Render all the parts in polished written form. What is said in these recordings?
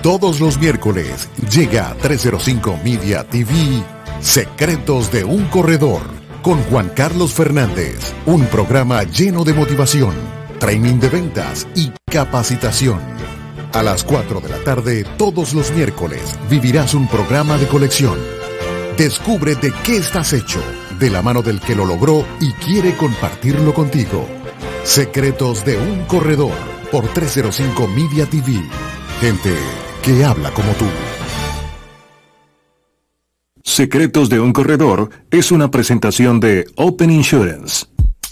Todos los miércoles llega a 305 Media TV Secretos de un Corredor con Juan Carlos Fernández. Un programa lleno de motivación, training de ventas y capacitación. A las 4 de la tarde, todos los miércoles, vivirás un programa de colección. Descubre de qué estás hecho, de la mano del que lo logró y quiere compartirlo contigo. Secretos de un Corredor por 305 Media TV. Gente que habla como tú. Secretos de un Corredor es una presentación de Open Insurance.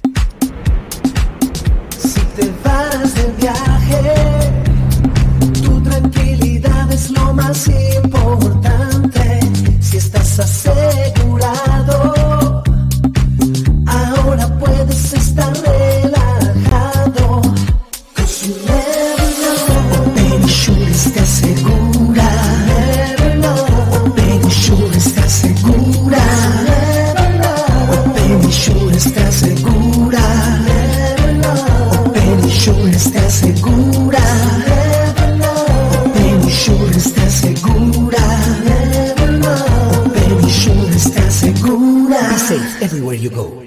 Si te vas de viaje, tu tranquilidad es lo más importante. Si estás asegurado, ahora puedes estar relajado. 'Cause you never know. Open Insurance te asegura. Never know. Open Insurance te asegura. Never know. Open Insurance te asegura. Never know. Open Insurance te asegura. Never know. Open Insurance te asegura. Never know. Open Insurance te asegura. Be safe everywhere you go.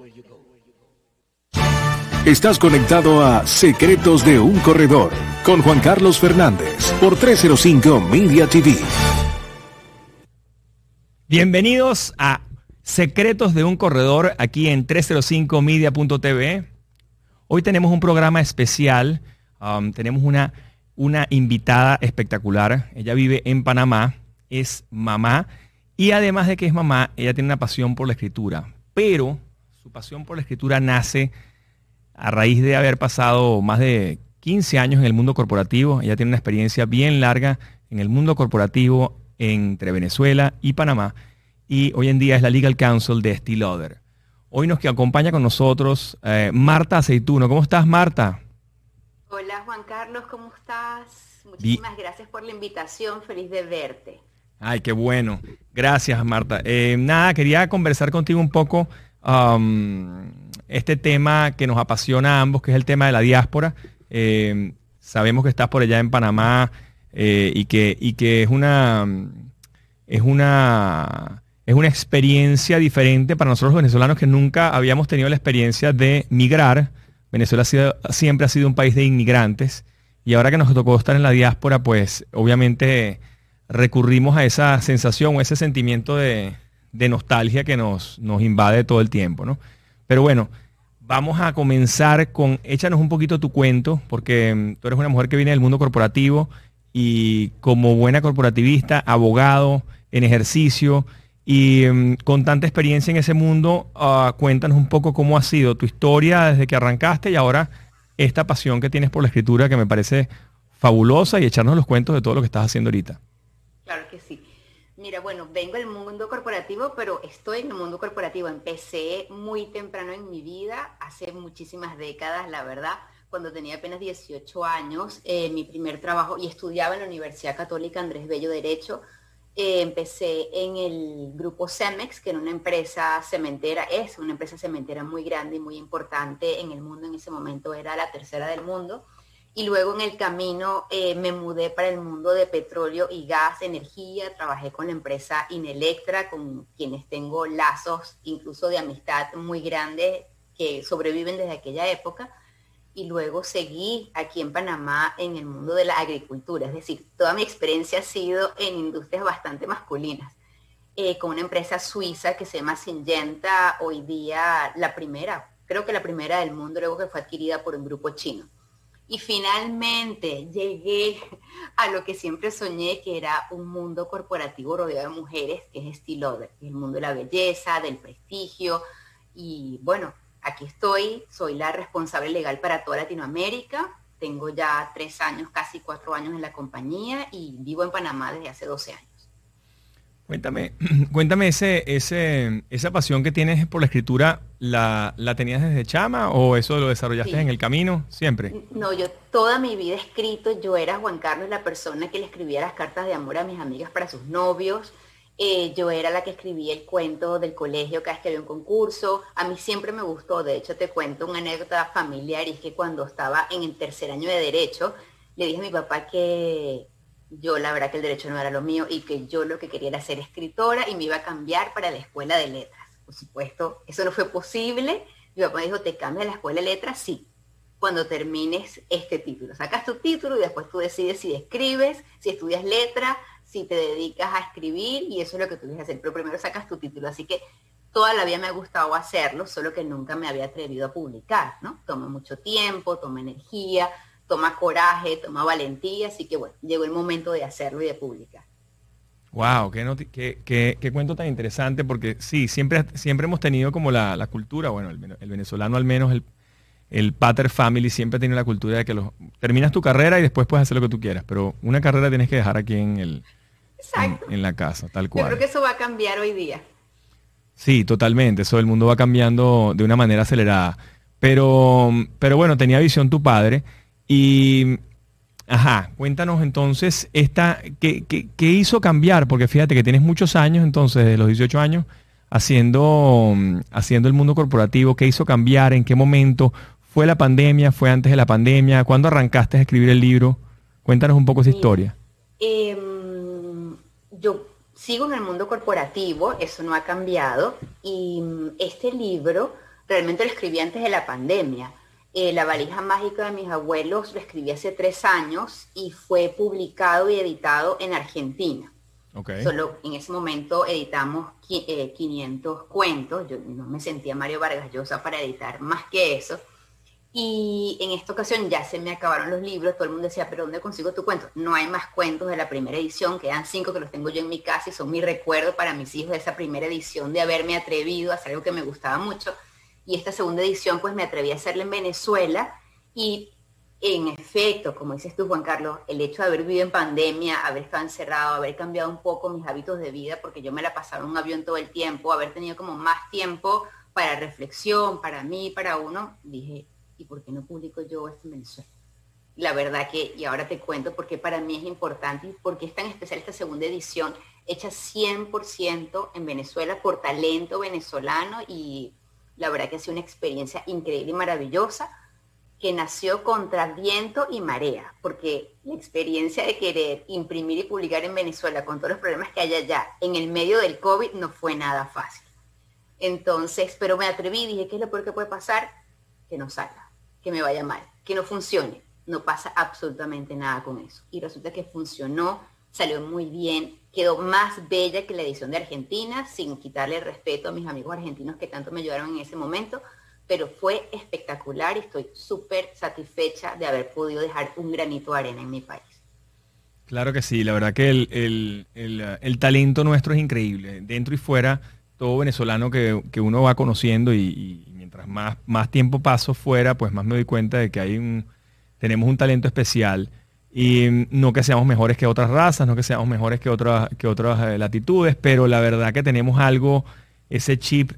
Estás conectado a Secretos de un Corredor con Juan Carlos Fernández por 305 Media TV. Bienvenidos a Secretos de un Corredor aquí en 305media.tv. Hoy tenemos un programa especial. Tenemos una invitada espectacular. Ella vive en Panamá, es mamá y además de que es mamá, ella tiene una pasión por la escritura. Pero su pasión por la escritura nace a raíz de haber pasado más de 15 años en el mundo corporativo. Ella tiene una experiencia bien larga en el mundo corporativo entre Venezuela y Panamá, y hoy en día es la Legal Counsel de Estée Lauder. Hoy nos acompaña con nosotros Marta Aceituno. ¿Cómo estás, Marta? Hola, Juan Carlos, ¿cómo estás? Muchísimas gracias por la invitación, feliz de verte. Ay, qué bueno. Gracias, Marta. Quería conversar contigo un poco este tema que nos apasiona a ambos, que es el tema de la diáspora. Sabemos que estás por allá en Panamá y que es una experiencia diferente para nosotros los venezolanos que nunca habíamos tenido la experiencia de migrar. Venezuela siempre ha sido un país de inmigrantes y ahora que nos tocó estar en la diáspora, pues obviamente recurrimos a esa sensación o ese sentimiento de nostalgia que nos invade todo el tiempo, ¿no? Pero bueno, vamos a comenzar con, échanos un poquito tu cuento, porque tú eres una mujer que viene del mundo corporativo y como buena corporativista, abogado en ejercicio y con tanta experiencia en ese mundo, cuéntanos un poco cómo ha sido tu historia desde que arrancaste y ahora esta pasión que tienes por la escritura que me parece fabulosa, y echarnos los cuentos de todo lo que estás haciendo ahorita. Claro que sí. Mira, bueno, vengo del mundo corporativo, pero estoy en el mundo corporativo. Empecé muy temprano en mi vida, hace muchísimas décadas, la verdad, cuando tenía apenas 18 años, mi primer trabajo, y estudiaba en la Universidad Católica Andrés Bello Derecho. Empecé en el grupo Cemex, que era una empresa cementera, es una empresa cementera muy grande y muy importante en el mundo. En ese momento era la tercera del mundo. Y luego en el camino me mudé para el mundo de petróleo y gas, energía. Trabajé con la empresa Inelectra, con quienes tengo lazos incluso de amistad muy grandes que sobreviven desde aquella época. Y luego seguí aquí en Panamá en el mundo de la agricultura. Es decir, toda mi experiencia ha sido en industrias bastante masculinas. Con una empresa suiza que se llama Syngenta, hoy día creo que la primera del mundo, luego que fue adquirida por un grupo chino. Y finalmente llegué a lo que siempre soñé, que era un mundo corporativo rodeado de mujeres, que es Estée Lauder, que es el mundo de la belleza, del prestigio. Y bueno, aquí estoy, soy la responsable legal para toda Latinoamérica. Tengo ya 3 años, casi 4 años en la compañía y vivo en Panamá desde hace 12 años. Cuéntame esa pasión que tienes por la escritura, ¿la tenías desde chama o eso lo desarrollaste en el camino siempre? No, yo toda mi vida he escrito. Yo era, Juan Carlos, la persona que le escribía las cartas de amor a mis amigas para sus novios. Yo era la que escribía el cuento del colegio cada vez que había un concurso. A mí siempre me gustó. De hecho, te cuento una anécdota familiar, y es que cuando estaba en el tercer año de Derecho, le dije a mi papá que yo la verdad que el derecho no era lo mío y que yo lo que quería era ser escritora y me iba a cambiar para la escuela de letras. Por supuesto, eso no fue posible. Mi papá me dijo, ¿te cambias a la escuela de letras? Sí, cuando termines este título. Sacas tu título y después tú decides si escribes, si estudias letras, si te dedicas a escribir, y eso es lo que tú debes hacer. Pero primero sacas tu título. Así que toda la vida me ha gustado hacerlo, solo que nunca me había atrevido a publicar, ¿no? Toma mucho tiempo, toma energía, toma coraje, toma valentía. Así que bueno, llegó el momento de hacerlo y de publicar. Wow, qué cuento tan interesante, porque sí, siempre hemos tenido como la cultura, bueno, el venezolano al menos, el pater family siempre tiene la cultura de que terminas tu carrera y después puedes hacer lo que tú quieras, pero una carrera tienes que dejar aquí en la casa, tal cual. Yo creo que eso va a cambiar hoy día. Sí, totalmente, el mundo va cambiando de una manera acelerada, pero bueno, tenía visión tu padre y... Ajá, cuéntanos entonces, ¿qué hizo cambiar? Porque fíjate que tienes muchos años entonces, de los 18 años, haciendo el mundo corporativo. ¿Qué hizo cambiar? ¿En qué momento? ¿Fue la pandemia? ¿Fue antes de la pandemia? ¿Cuándo arrancaste a escribir el libro? Cuéntanos un poco esa historia. Yo sigo en el mundo corporativo, eso no ha cambiado, y este libro realmente lo escribí antes de la pandemia. La valija mágica de mis abuelos lo escribí hace 3 años y fue publicado y editado en Argentina. Okay. Solo en ese momento editamos 500 cuentos. Yo no me sentía Mario Vargas Llosa para editar más que eso. Y en esta ocasión ya se me acabaron los libros. Todo el mundo decía, ¿pero dónde consigo tu cuento? No hay más cuentos de la primera edición. Quedan 5 que los tengo yo en mi casa y son mi recuerdo para mis hijos de esa primera edición, de haberme atrevido a hacer algo que me gustaba mucho. Y esta segunda edición pues me atreví a hacerla en Venezuela y en efecto, como dices tú, Juan Carlos, el hecho de haber vivido en pandemia, haber estado encerrado, haber cambiado un poco mis hábitos de vida, porque yo me la pasaba en un avión todo el tiempo, haber tenido como más tiempo para reflexión, para mí, para uno, dije, ¿y por qué no publico yo esto en Venezuela? La verdad que, y ahora te cuento porque para mí es importante y porque es tan especial esta segunda edición, hecha 100% en Venezuela por talento venezolano, y la verdad que ha sido una experiencia increíble y maravillosa, que nació contra viento y marea, porque la experiencia de querer imprimir y publicar en Venezuela con todos los problemas que hay allá, en el medio del COVID, no fue nada fácil. Entonces, pero me atreví y dije, ¿qué es lo peor que puede pasar? Que no salga, que me vaya mal, que no funcione. No pasa absolutamente nada con eso. Y resulta que funcionó, salió muy bien, quedó más bella que la edición de Argentina, sin quitarle el respeto a mis amigos argentinos que tanto me ayudaron en ese momento, pero fue espectacular y estoy súper satisfecha de haber podido dejar un granito de arena en mi país. Claro que sí, la verdad que el talento nuestro es increíble, dentro y fuera, todo venezolano que uno va conociendo y mientras más tiempo paso fuera, pues más me doy cuenta de que tenemos un talento especial. Y no que seamos mejores que otras razas, no que seamos mejores que otras latitudes, pero la verdad que tenemos algo, ese chip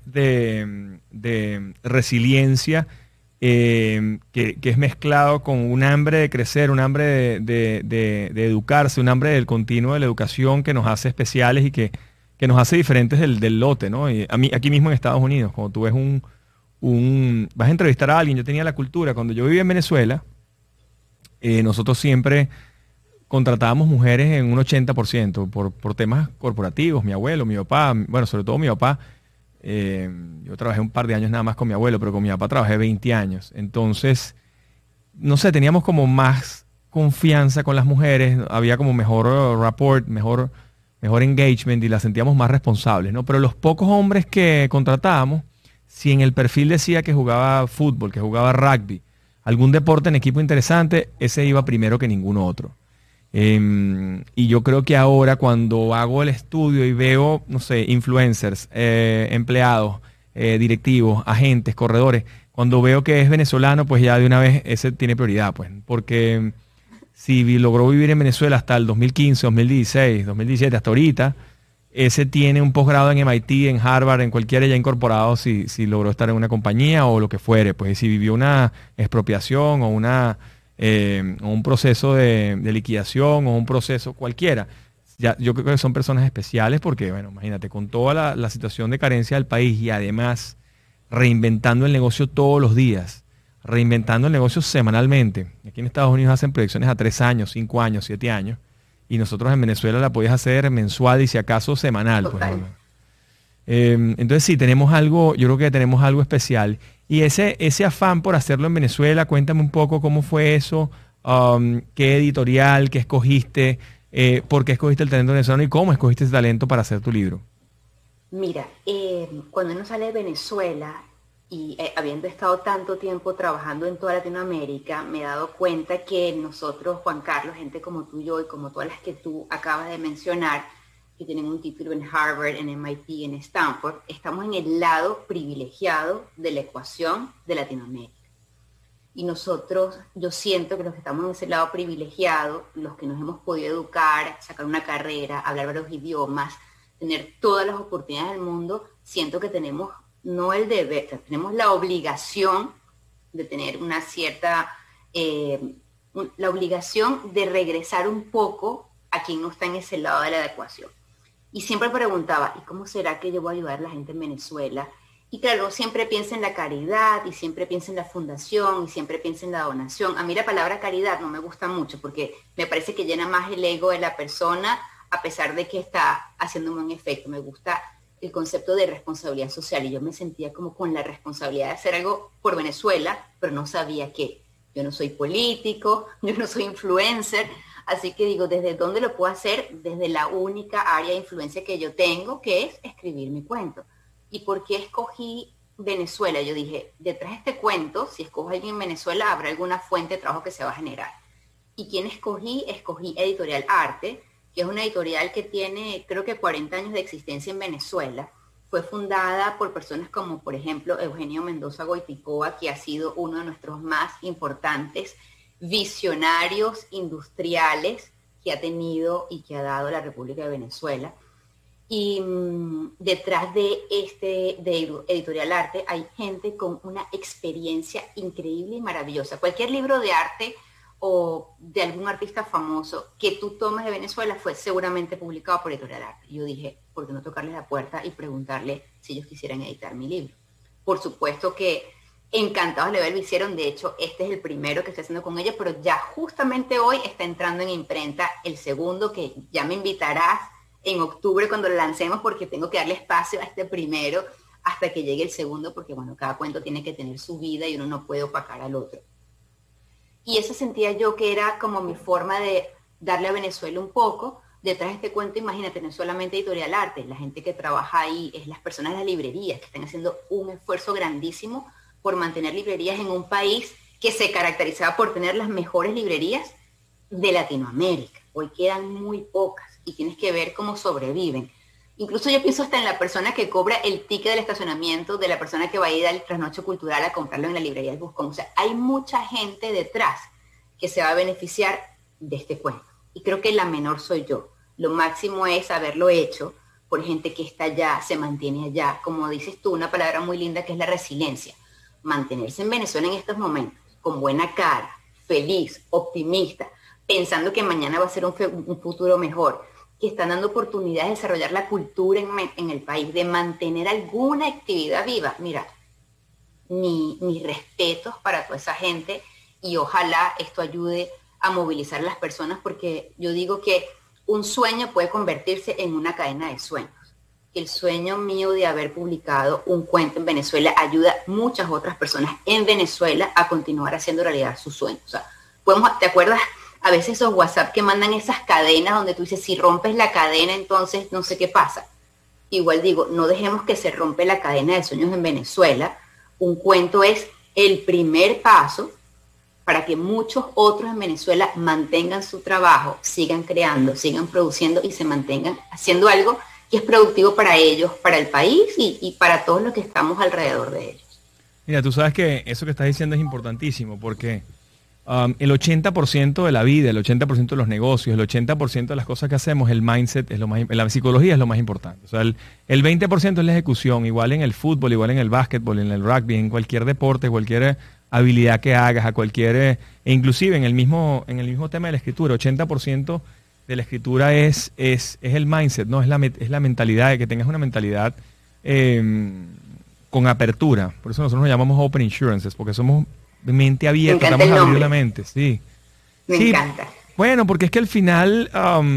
de resiliencia que es mezclado con un hambre de crecer, un hambre de educarse, un hambre del continuo de la educación que nos hace especiales y que nos hace diferentes del lote, ¿no? Y a mí, aquí mismo en Estados Unidos, cuando tú ves vas a entrevistar a alguien, yo tenía la cultura, cuando yo vivía en Venezuela, nosotros siempre contratábamos mujeres en un 80% por temas corporativos, mi abuelo, mi papá, bueno, sobre todo mi papá. Yo trabajé un par de años nada más con mi abuelo, pero con mi papá trabajé 20 años. Entonces, no sé, teníamos como más confianza con las mujeres, había como mejor rapport, mejor engagement y las sentíamos más responsables, ¿no? Pero los pocos hombres que contratábamos, si en el perfil decía que jugaba fútbol, que jugaba rugby, algún deporte en equipo interesante, ese iba primero que ningún otro. Y yo creo que ahora cuando hago el estudio y veo, no sé, influencers, empleados, directivos, agentes, corredores, cuando veo que es venezolano, pues ya de una vez ese tiene prioridad, pues, porque si logró vivir en Venezuela hasta el 2015, 2016, 2017, hasta ahorita, ese tiene un posgrado en MIT, en Harvard, en cualquiera ya incorporado si logró estar en una compañía o lo que fuere, pues si vivió una expropiación o un proceso de liquidación o un proceso cualquiera. Ya, yo creo que son personas especiales porque, bueno, imagínate, con toda la situación de carencia del país y además reinventando el negocio todos los días, reinventando el negocio semanalmente. Aquí en Estados Unidos hacen proyecciones a 3 años, 5 años, 7 años. y nosotros en Venezuela la podías hacer mensual y si acaso semanal. Pues, ¿no? Entonces sí, tenemos algo, yo creo que tenemos algo especial. Y ese afán por hacerlo en Venezuela, cuéntame un poco cómo fue eso, qué editorial, qué escogiste, por qué escogiste el talento venezolano y cómo escogiste ese talento para hacer tu libro. Mira, cuando uno sale de Venezuela y habiendo estado tanto tiempo trabajando en toda Latinoamérica, me he dado cuenta que nosotros, Juan Carlos, gente como tú y yo y como todas las que tú acabas de mencionar, que tienen un título en Harvard, en MIT, en Stanford, estamos en el lado privilegiado de la ecuación de Latinoamérica. Y nosotros, yo siento que los que estamos en ese lado privilegiado, los que nos hemos podido educar, sacar una carrera, hablar varios idiomas, tener todas las oportunidades del mundo, siento que tenemos no el deber, tenemos la obligación de tener una cierta, la obligación de regresar un poco a quien no está en ese lado de la ecuación. Y siempre preguntaba, ¿y cómo será que yo voy a ayudar a la gente en Venezuela? Y claro, siempre piensa en la caridad, y siempre piensa en la fundación, y siempre piensa en la donación. A mí la palabra caridad no me gusta mucho, porque me parece que llena más el ego de la persona, a pesar de que está haciendo un buen efecto. Me gusta el concepto de responsabilidad social, y yo me sentía como con la responsabilidad de hacer algo por Venezuela, pero no sabía qué. Yo no soy político, yo no soy influencer, así que digo, ¿desde dónde lo puedo hacer? Desde la única área de influencia que yo tengo, que es escribir mi cuento. ¿Y por qué escogí Venezuela? Yo dije, detrás de este cuento, si escojo a alguien en Venezuela, habrá alguna fuente de trabajo que se va a generar. ¿Y quién escogí? Escogí Editorial Arte, que es una editorial que tiene, creo que 40 años de existencia en Venezuela. Fue fundada por personas como, por ejemplo, Eugenio Mendoza Goiticoa, que ha sido uno de nuestros más importantes visionarios industriales que ha tenido y que ha dado la República de Venezuela. Y detrás de Editorial Arte hay gente con una experiencia increíble y maravillosa. Cualquier libro de arte o de algún artista famoso que tú tomes de Venezuela fue seguramente publicado por Editorial Arte. Yo dije, ¿por qué no tocarles la puerta y preguntarle si ellos quisieran editar mi libro? Por supuesto que encantados de verlo hicieron. De hecho, este es el primero que estoy haciendo con ellos, pero ya justamente hoy está entrando en imprenta el segundo, que ya me invitarás en octubre cuando lo lancemos, porque tengo que darle espacio a este primero hasta que llegue el segundo, porque bueno, cada cuento tiene que tener su vida y uno no puede opacar al otro. Y eso sentía yo que era como mi forma de darle a Venezuela un poco. Detrás de este cuento, imagínate, no es solamente Editorial Arte, la gente que trabaja ahí es las personas de las librerías, que están haciendo un esfuerzo grandísimo por mantener librerías en un país que se caracterizaba por tener las mejores librerías de Latinoamérica. Hoy quedan muy pocas y tienes que ver cómo sobreviven. Incluso yo pienso hasta en la persona que cobra el ticket del estacionamiento, de la persona que va a ir al trasnocho cultural a comprarlo en la librería del Buscón. O sea, hay mucha gente detrás que se va a beneficiar de este cuento. Y creo que la menor soy yo. Lo máximo es haberlo hecho por gente que está allá, se mantiene allá. Como dices tú, una palabra muy linda que es la resiliencia. Mantenerse en Venezuela en estos momentos, con buena cara, feliz, optimista, pensando que mañana va a ser un futuro mejor, que están dando oportunidades de desarrollar la cultura en el país, de mantener alguna actividad viva. Mira, mis respetos para toda esa gente, y ojalá esto ayude a movilizar a las personas, porque yo digo que un sueño puede convertirse en una cadena de sueños. El sueño mío de haber publicado un cuento en Venezuela ayuda a muchas otras personas en Venezuela a continuar haciendo realidad sus sueños. O sea, ¿te acuerdas a veces esos WhatsApp que mandan esas cadenas donde tú dices, si rompes la cadena, entonces no sé qué pasa? Igual digo, no dejemos que se rompe la cadena de sueños en Venezuela. Un cuento es el primer paso para que muchos otros en Venezuela mantengan su trabajo, sigan creando, sigan produciendo y se mantengan haciendo algo que es productivo para ellos, para el país y para todos los que estamos alrededor de ellos. Mira, tú sabes que eso que estás diciendo es importantísimo, porque el 80% de la vida, el 80% de los negocios, el 80% de las cosas que hacemos, el mindset, es lo más, la psicología es lo más importante. O sea, el 20% es la ejecución, igual en el fútbol, igual en el básquetbol, en el rugby, en cualquier deporte, cualquier habilidad que hagas, e inclusive en el mismo tema de la escritura, 80% de la escritura es el mindset, ¿no? Es la mentalidad, de que tengas una mentalidad con apertura. Por eso nosotros nos llamamos Open Insurances, porque somos de mente abierta, estamos abriendo la mente, sí. Me encanta. Bueno, porque es que al final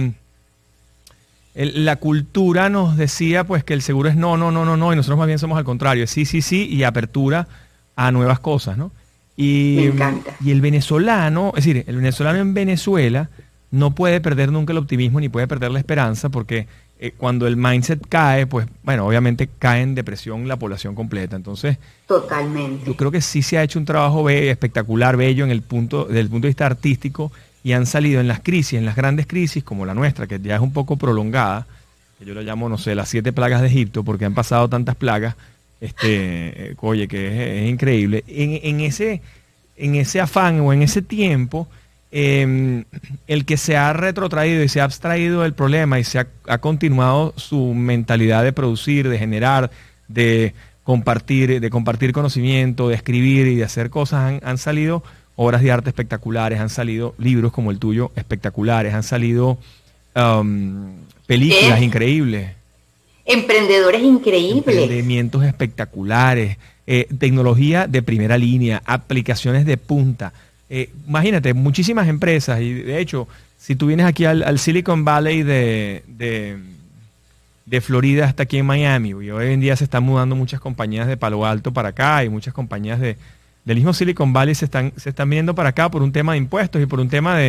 la cultura nos decía pues que el seguro es no, y nosotros más bien somos al contrario, sí, y apertura a nuevas cosas, ¿no? Me encanta. Y el venezolano, es decir, el venezolano en Venezuela no puede perder nunca el optimismo ni puede perder la esperanza porque cuando el mindset cae, pues bueno, obviamente cae en depresión la población completa. Entonces, Totalmente. yo creo que sí se ha hecho un trabajo espectacular, bello desde el punto de vista artístico y han salido en las crisis, en las grandes crisis como la nuestra, que ya es un poco prolongada, que yo la llamo, no sé, las 7 plagas de Egipto, porque han pasado tantas plagas, oye, que es increíble. En ese afán o en ese tiempo, el que se ha retrotraído y se ha abstraído del problema y ha continuado su mentalidad de producir, de generar, de compartir conocimiento, de escribir y de hacer cosas, han salido obras de arte espectaculares, han salido libros como el tuyo espectaculares, han salido películas increíbles. Emprendedores increíbles. Emprendimientos espectaculares, tecnología de primera línea, aplicaciones de punta. Imagínate, muchísimas empresas, y de hecho, si tú vienes aquí al Silicon Valley de Florida hasta aquí en Miami, y hoy en día se están mudando muchas compañías de Palo Alto para acá, y muchas compañías del mismo Silicon Valley se están viniendo para acá por un tema de impuestos y por un tema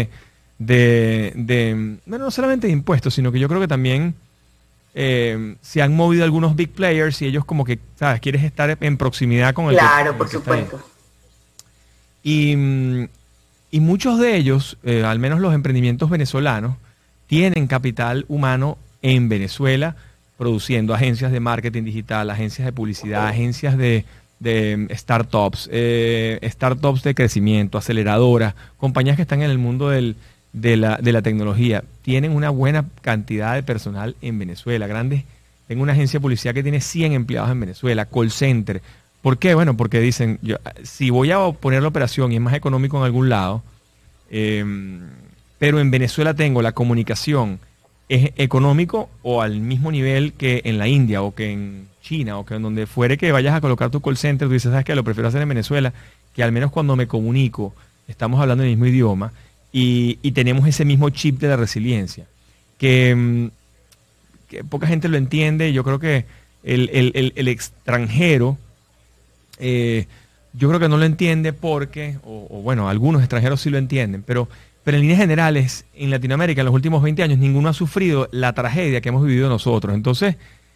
bueno, no solamente de impuestos, sino que yo creo que también se han movido algunos big players y ellos como que, ¿sabes? Quieres estar en proximidad con el Claro, por supuesto. Y muchos de ellos, al menos los emprendimientos venezolanos, tienen capital humano en Venezuela, produciendo agencias de marketing digital, agencias de publicidad, agencias de startups, startups de crecimiento, aceleradoras, compañías que están en el mundo de la tecnología. Tienen una buena cantidad de personal en Venezuela, grandes. Tengo una agencia de publicidad que tiene 100 empleados en Venezuela, call center. ¿Por qué? Bueno, porque dicen, si voy a poner la operación y es más económico en algún lado, pero en Venezuela tengo la comunicación, es económico o al mismo nivel que en la India o que en China o que en donde fuere que vayas a colocar tu call center, tú dices, ¿sabes qué? Lo prefiero hacer en Venezuela, que al menos cuando me comunico estamos hablando el mismo idioma y tenemos ese mismo chip de la resiliencia, que poca gente lo entiende. Yo creo que el extranjero, yo creo que no lo entiende porque, o bueno, algunos extranjeros sí lo entienden, pero en líneas generales, en Latinoamérica, en los últimos 20 años, ninguno ha sufrido la tragedia que hemos vivido nosotros. Entonces,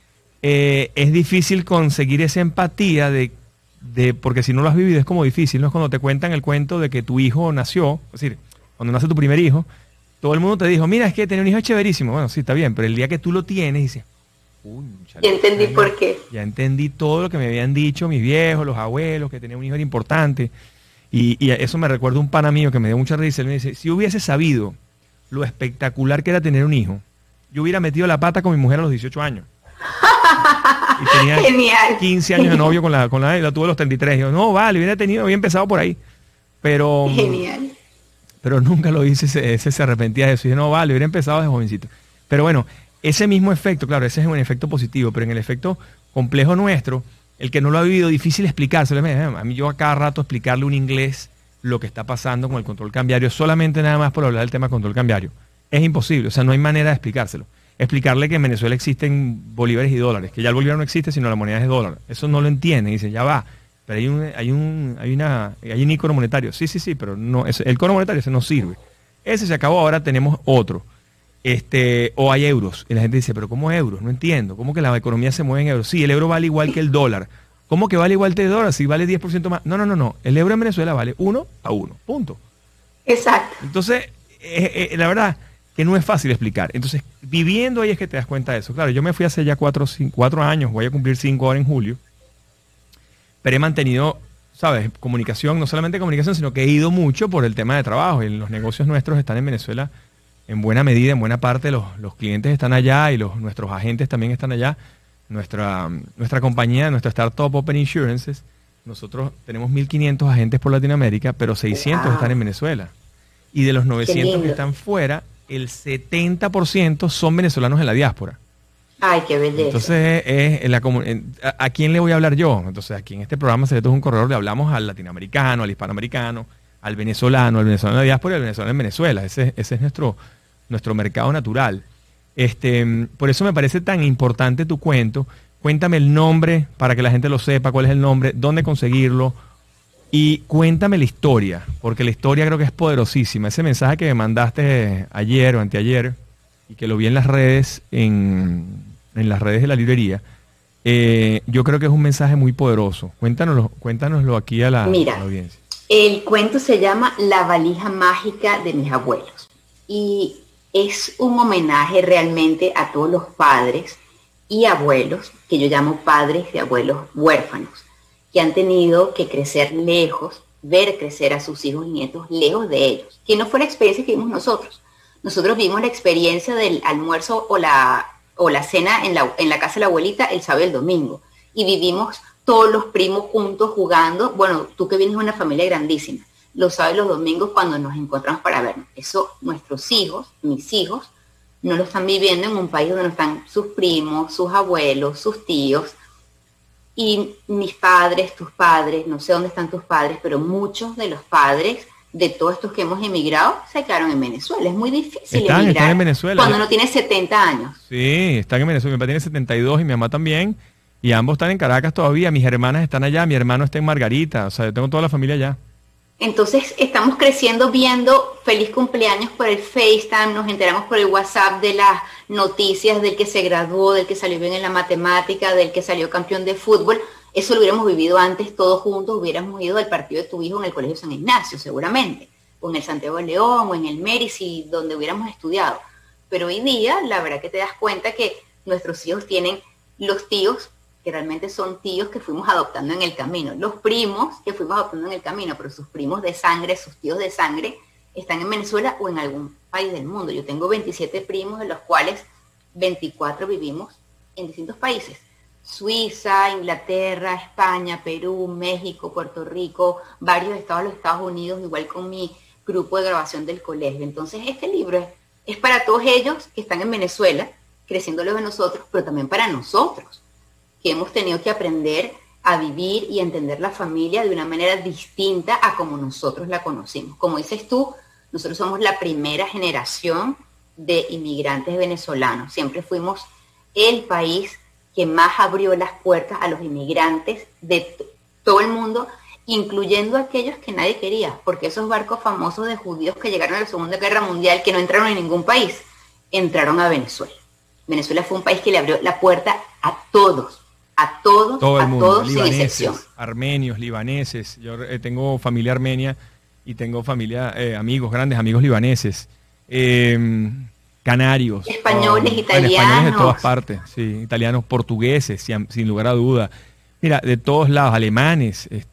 es difícil conseguir esa empatía porque si no lo has vivido es como difícil, ¿no? Es cuando te cuentan el cuento de que tu hijo nació, es decir, cuando nace tu primer hijo, todo el mundo te dijo, mira, es que tener un hijo es chéverísimo. Bueno, sí, está bien, pero el día que tú lo tienes, dices, ya entendí por qué. Ya entendí todo lo que me habían dicho mis viejos, los abuelos, que tener un hijo era importante. Y eso me recuerda un pana mío que me dio mucha risa. Él me dice, si hubiese sabido lo espectacular que era tener un hijo, yo hubiera metido la pata con mi mujer a los 18 años. Y tenía Genial. 15 años de novio con la tuve a los 33. Y yo, no, vale, había empezado por ahí. Pero, Genial. Pero nunca lo hice, se arrepentía de eso. Y dije, no, vale, hubiera empezado de jovencito. Pero bueno, ese mismo efecto, claro, ese es un efecto positivo, pero en el efecto complejo nuestro, el que no lo ha vivido, difícil explicárselo. A mí yo a cada rato explicarle un inglés lo que está pasando con el control cambiario, solamente nada más por hablar del tema control cambiario. Es imposible, o sea, no hay manera de explicárselo. Explicarle que en Venezuela existen bolívares y dólares, que ya el bolívar no existe, sino la moneda es dólar. Eso no lo entienden, dicen, ya va, pero hay un icono monetario. Sí, pero no, el icono monetario ese no sirve. Ese se acabó, ahora tenemos otro. O hay euros. Y la gente dice, pero ¿cómo euros? No entiendo. ¿Cómo que la economía se mueve en euros? Sí, el euro vale igual que el dólar. ¿Cómo que vale igual que el dólar? Si vale 10% más. No. El euro en Venezuela vale 1 a 1. Punto. Exacto. Entonces, la verdad que no es fácil explicar. Entonces, viviendo ahí es que te das cuenta de eso. Claro, yo me fui hace ya 4 años, voy a cumplir 5 ahora en julio. Pero he mantenido, ¿sabes? Comunicación, no solamente comunicación, sino que he ido mucho por el tema de trabajo. Y los negocios nuestros están en Venezuela en buena medida, en buena parte los clientes están allá y nuestros agentes también están allá. Nuestra compañía, nuestra startup Open Insurances, nosotros tenemos 1.500 agentes por Latinoamérica, pero 600 están en Venezuela. Y de los 900 que están fuera, el 70% son venezolanos en la diáspora. Ay, qué belleza. Entonces, ¿a quién le voy a hablar yo? Entonces, aquí en este programa Secretos de un Corredor le hablamos al latinoamericano, al hispanoamericano, al venezolano en la diáspora y al venezolano en Venezuela. Ese es nuestro mercado natural. Por eso me parece tan importante tu cuento. Cuéntame el nombre para que la gente lo sepa, cuál es el nombre, dónde conseguirlo. Y cuéntame la historia, porque la historia creo que es poderosísima. Ese mensaje que me mandaste ayer o anteayer, y que lo vi en las redes, en las redes de la librería, yo creo que es un mensaje muy poderoso. Cuéntanoslo aquí a la audiencia. El cuento se llama La valija mágica de mis abuelos. Y es un homenaje realmente a todos los padres y abuelos, que yo llamo padres y abuelos huérfanos, que han tenido que crecer lejos, ver crecer a sus hijos y nietos lejos de ellos, que no fue la experiencia que vimos nosotros. Nosotros vimos la experiencia del almuerzo o la cena en la casa de la abuelita el sábado y el domingo, y vivimos todos los primos juntos jugando. Bueno, tú que vienes de una familia grandísima, los sábados y los domingos cuando nos encontramos para vernos. Eso nuestros hijos, mis hijos, no lo están viviendo en un país donde no están sus primos, sus abuelos, sus tíos. Y mis padres, tus padres, no sé dónde están tus padres, pero muchos de los padres de todos estos que hemos emigrado se quedaron en Venezuela. Es muy difícil emigrar en Venezuela, cuando uno tiene 70 años. Sí, están en Venezuela. Mi papá tiene 72 y mi mamá también. Y ambos están en Caracas todavía. Mis hermanas están allá. Mi hermano está en Margarita. O sea, yo tengo toda la familia allá. Entonces estamos creciendo viendo feliz cumpleaños por el FaceTime, nos enteramos por el WhatsApp de las noticias del que se graduó, del que salió bien en la matemática, del que salió campeón de fútbol. Eso lo hubiéramos vivido antes todos juntos, hubiéramos ido al partido de tu hijo en el Colegio San Ignacio seguramente, o en el Santiago de León, o en el Mérici, donde hubiéramos estudiado. Pero hoy día la verdad que te das cuenta que nuestros hijos tienen los tíos, que realmente son tíos que fuimos adoptando en el camino, los primos que fuimos adoptando en el camino, pero sus primos de sangre, sus tíos de sangre, están en Venezuela o en algún país del mundo. Yo tengo 27 primos, de los cuales 24 vivimos en distintos países: Suiza, Inglaterra, España, Perú, México, Puerto Rico, varios estados de los Estados Unidos, igual con mi grupo de grabación del colegio. Entonces este libro es para todos ellos que están en Venezuela, creciéndolo de nosotros, pero también para nosotros, que hemos tenido que aprender a vivir y entender la familia de una manera distinta a como nosotros la conocimos. Como dices tú, nosotros somos la primera generación de inmigrantes venezolanos. Siempre fuimos el país que más abrió las puertas a los inmigrantes de todo el mundo, incluyendo aquellos que nadie quería, porque esos barcos famosos de judíos que llegaron a la Segunda Guerra Mundial, que no entraron en ningún país, entraron a Venezuela. Venezuela fue un país que le abrió la puerta a todos. Todo el mundo, todos, sin excepción. Armenios, libaneses. Yo tengo familia armenia y tengo familia, grandes amigos libaneses, canarios, españoles, italianos. Españoles de todas partes, sí, italianos, portugueses, sin lugar a duda. Mira, de todos lados, alemanes, y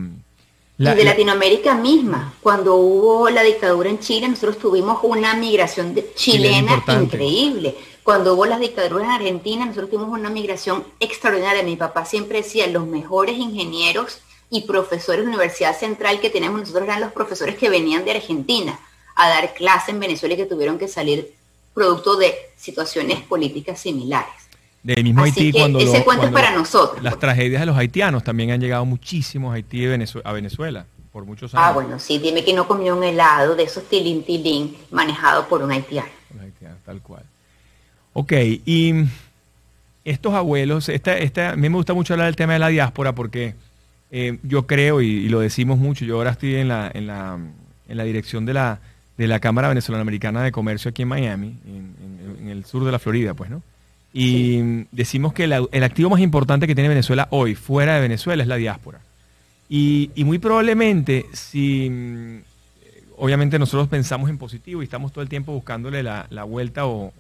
de Latinoamérica misma. Cuando hubo la dictadura en Chile, nosotros tuvimos una migración chilena increíble. Cuando hubo las dictaduras en Argentina, nosotros tuvimos una migración extraordinaria. Mi papá siempre decía, los mejores ingenieros y profesores de la Universidad Central que tenemos nosotros eran los profesores que venían de Argentina a dar clase en Venezuela y que tuvieron que salir producto de situaciones políticas similares. Del mismo Así Haití, que ese cuento es para nosotros. Las tragedias de los haitianos también han llegado muchísimos Haití a Venezuela por muchos años. Bueno, sí, dime que no comió un helado de esos tilín manejado por un haitiano. Un haitiano, tal cual. Ok, y estos abuelos, a mí me gusta mucho hablar del tema de la diáspora porque yo creo, y lo decimos mucho, yo ahora estoy en la dirección de la Cámara Venezolana Americana de Comercio aquí en Miami, en el sur de la Florida, pues, ¿no? Y decimos que el activo más importante que tiene Venezuela hoy, fuera de Venezuela, es la diáspora. Y muy probablemente, si obviamente nosotros pensamos en positivo y estamos todo el tiempo buscándole la vuelta o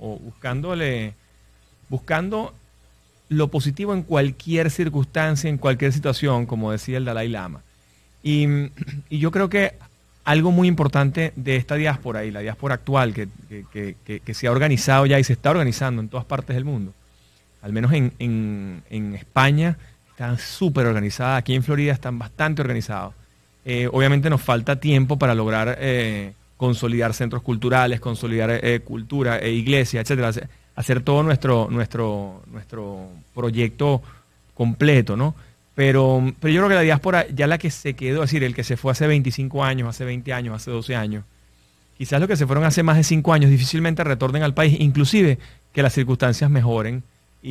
buscando lo positivo en cualquier circunstancia, en cualquier situación, como decía el Dalai Lama. Y yo creo que algo muy importante de esta diáspora y la diáspora actual que se ha organizado ya y se está organizando en todas partes del mundo, al menos en España están súper organizadas, aquí en Florida están bastante organizados. Obviamente nos falta tiempo para lograr consolidar centros culturales, consolidar cultura, iglesias, etcétera, hacer todo nuestro proyecto completo, ¿no? Pero yo creo que la diáspora, ya la que se quedó, es decir, el que se fue hace 25 años, hace 20 años, hace 12 años, quizás los que se fueron hace más de 5 años difícilmente retornen al país, inclusive que las circunstancias mejoren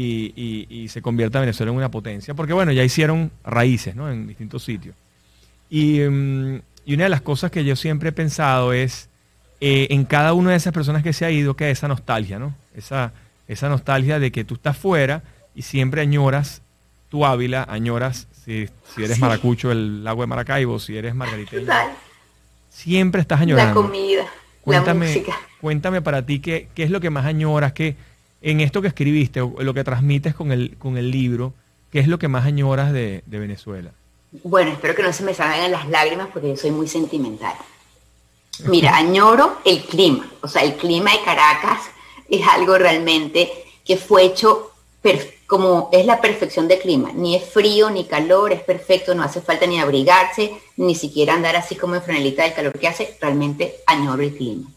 y se convierta Venezuela en una potencia, porque bueno, ya hicieron raíces, ¿no?, en distintos sitios. Y una de las cosas que yo siempre he pensado es en cada una de esas personas que se ha ido, que es esa nostalgia, ¿no? Esa nostalgia de que tú estás fuera y siempre añoras tu Ávila, añoras, si eres maracucho, el lago de Maracaibo, si eres margariteño. Total. Siempre estás añorando. La comida, la música. Cuéntame para ti qué es lo que más añoras, que en esto que escribiste, o lo que transmites con el libro, ¿qué es lo que más añoras de Venezuela? Bueno, espero que no se me salgan las lágrimas porque yo soy muy sentimental. Mira, añoro el clima. O sea, el clima de Caracas es algo realmente que fue hecho como es la perfección de clima. Ni es frío ni calor, es perfecto, no hace falta ni abrigarse, ni siquiera andar así como en franelita del calor que hace. Realmente añoro el clima.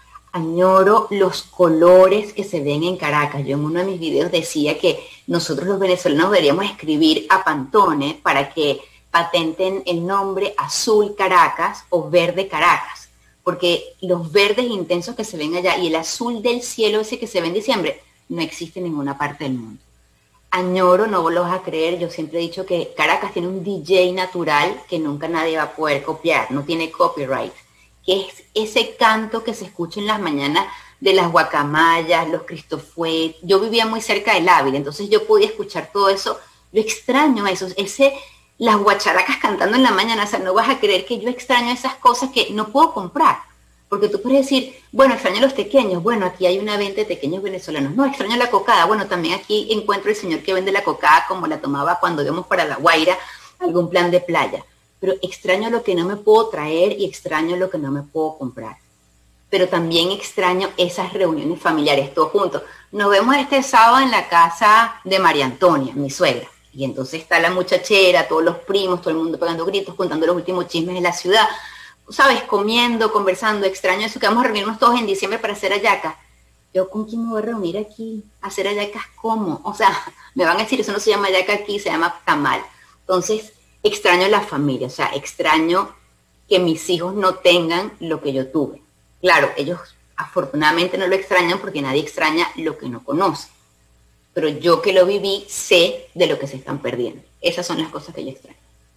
Añoro los colores que se ven en Caracas. Yo en uno de mis videos decía que nosotros los venezolanos deberíamos escribir a Pantone para que patenten el nombre Azul Caracas o Verde Caracas, porque los verdes intensos que se ven allá y el azul del cielo ese que se ve en diciembre no existe en ninguna parte del mundo. Añoro, no lo vas a creer, yo siempre he dicho que Caracas tiene un DJ natural que nunca nadie va a poder copiar, no tiene copyright, que es ese canto que se escucha en las mañanas de las guacamayas, los cristofuet. Yo vivía muy cerca del Ávila, entonces yo podía escuchar todo eso. Yo extraño eso, las guacharacas cantando en la mañana. O sea, no vas a creer que yo extraño esas cosas que no puedo comprar. Porque tú puedes decir, bueno, extraño los tequeños. Bueno, aquí hay una venta de tequeños venezolanos. No, extraño la cocada. Bueno, también aquí encuentro el señor que vende la cocada como la tomaba cuando íbamos para La Guaira, algún plan de playa. Pero extraño lo que no me puedo traer y extraño lo que no me puedo comprar. Pero también extraño esas reuniones familiares, todos juntos. Nos vemos este sábado en la casa de María Antonia, mi suegra. Y entonces está la muchachera, todos los primos, todo el mundo pegando gritos, contando los últimos chismes de la ciudad. ¿Sabes? Comiendo, conversando. Extraño eso, que vamos a reunirnos todos en diciembre para hacer hallacas. ¿Yo con quién me voy a reunir aquí? ¿Hacer hallacas cómo? O sea, me van a decir, eso no se llama hallaca aquí, se llama tamal. Entonces, extraño la familia. O sea, extraño que mis hijos no tengan lo que yo tuve. Claro, ellos afortunadamente no lo extrañan porque nadie extraña lo que no conoce. Pero yo que lo viví sé de lo que se están perdiendo. Esas son las cosas que yo extraño.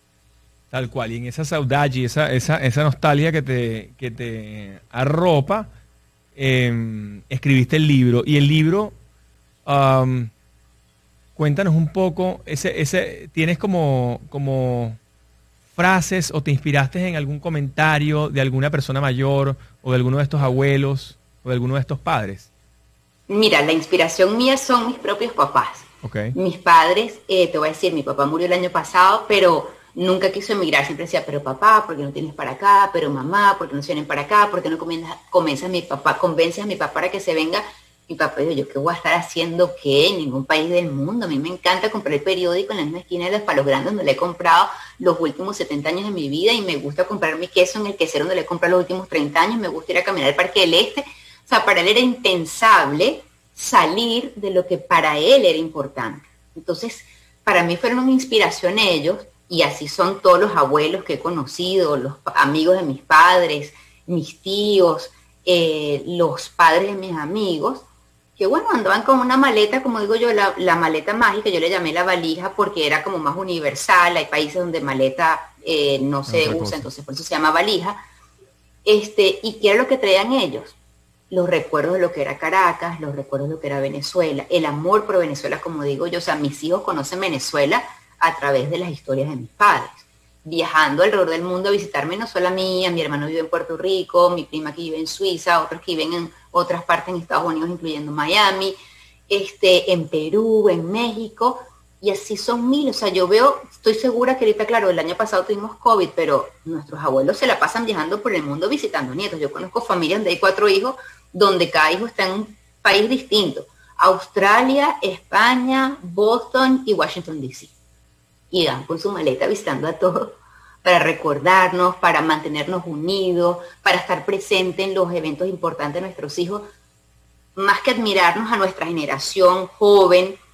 Tal cual, y en esa saudade, esa nostalgia que te arropa, escribiste el libro. Y el libro, cuéntanos un poco, ¿tienes como frases o te inspiraste en algún comentario de alguna persona mayor o de alguno de estos abuelos o de alguno de estos padres? Mira, la inspiración mía son mis propios papás. Okay. Mis padres, te voy a decir, mi papá murió el año pasado, pero nunca quiso emigrar. Siempre decía, pero papá, ¿por qué no tienes para acá? Pero mamá, ¿por qué no se vienen para acá? ¿Por qué no convences a mi papá para que se venga? Mi papá dijo, ¿yo qué voy a estar haciendo qué? En ningún país del mundo. A mí me encanta comprar el periódico en la misma esquina de los Palos Grandes donde le he comprado los últimos 70 años de mi vida, y me gusta comprar mi queso en el quesero donde le he comprado los últimos 30 años. Me gusta ir a caminar al Parque del Este. O sea, para él era impensable salir de lo que para él era importante. Entonces, para mí fueron una inspiración ellos, y así son todos los abuelos que he conocido, los amigos de mis padres, mis tíos, los padres de mis amigos, que bueno, andaban con una maleta, como digo yo, la maleta mágica. Yo le llamé la valija porque era como más universal. Hay países donde maleta no se usa, entonces por eso se llama valija. ¿Y qué era lo que traían ellos? Los recuerdos de lo que era Caracas, los recuerdos de lo que era Venezuela, el amor por Venezuela, como digo yo. O sea, mis hijos conocen Venezuela a través de las historias de mis padres, viajando alrededor del mundo a visitarme, no solo a mí, a mi hermano vive en Puerto Rico, mi prima que vive en Suiza, otros que viven en otras partes en Estados Unidos, incluyendo Miami, en Perú, en México, y así son mil. O sea, yo veo, estoy segura que ahorita, claro, el año pasado tuvimos COVID, pero nuestros abuelos se la pasan viajando por el mundo visitando nietos. Yo conozco familias donde hay 4 hijos, donde cada hijo está en un país distinto: Australia, España, Boston y Washington DC. Y van con su maleta visitando a todos para recordarnos, para mantenernos unidos, para estar presentes en los eventos importantes de nuestros hijos, más que admirarnos a nuestra generación joven,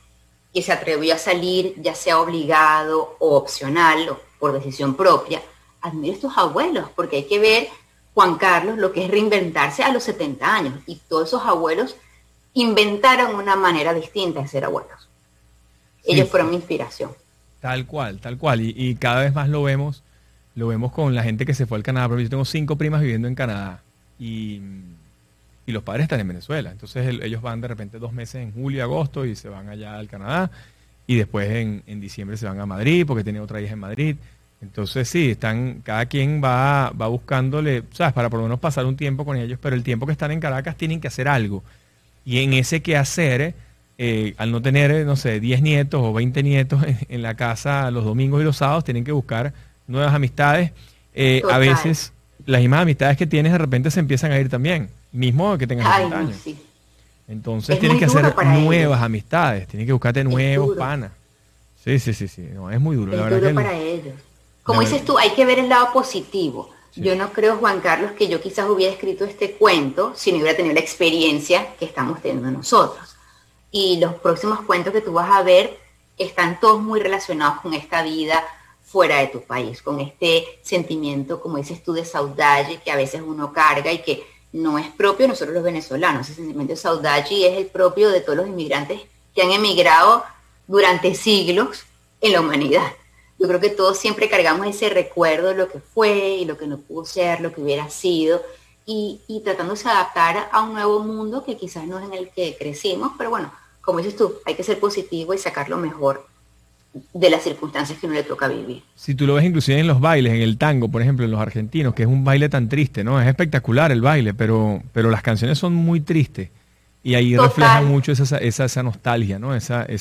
que se atrevió a salir, ya sea obligado o opcional o por decisión propia. Admiro a estos abuelos, porque hay que ver, Juan Carlos, lo que es reinventarse a los 70 años. Y todos esos abuelos inventaron una manera distinta de ser abuelos. Ellos fueron mi inspiración. Tal cual, tal cual. Y cada vez más lo vemos con la gente que se fue al Canadá. Pero yo tengo 5 primas viviendo en Canadá y los padres están en Venezuela. Entonces ellos van de repente 2 meses en julio, agosto y se van allá al Canadá. Y después en diciembre se van a Madrid porque tiene otra hija en Madrid. Entonces sí, cada quien va buscándole, ¿sabes? Para por lo menos pasar un tiempo con ellos. Pero el tiempo que están en Caracas tienen que hacer algo. Y en ese quehacer, al no tener, no sé, 10 nietos o 20 nietos en la casa los domingos y los sábados, tienen que buscar nuevas amistades. A veces las mismas amistades que tienes de repente se empiezan a ir también, mismo que tengas 60 años. Sí. Entonces tienes que hacer nuevas amistades, tienes que buscarte nuevos panas. Sí. No, es muy duro. Es duro para ellos. Como dices tú, hay que ver el lado positivo. Sí. Yo no creo, Juan Carlos, que yo quizás hubiera escrito este cuento si no hubiera tenido la experiencia que estamos teniendo nosotros. Y los próximos cuentos que tú vas a ver están todos muy relacionados con esta vida fuera de tu país, con este sentimiento, como dices tú, de saudade que a veces uno carga y que no es propio de nosotros los venezolanos. Ese sentimiento de saudade es el propio de todos los inmigrantes que han emigrado durante siglos en la humanidad. Yo creo que todos siempre cargamos ese recuerdo de lo que fue y lo que no pudo ser, lo que hubiera sido, y tratándose de adaptar a un nuevo mundo que quizás no es en el que crecimos, pero bueno, como dices tú, hay que ser positivo y sacar lo mejor de las circunstancias que uno le toca vivir. Si tú lo ves inclusive en los bailes, en el tango, por ejemplo, en los argentinos, que es un baile tan triste, ¿no? Es espectacular el baile, pero las canciones son muy tristes, y ahí refleja mucho esa nostalgia, ¿no?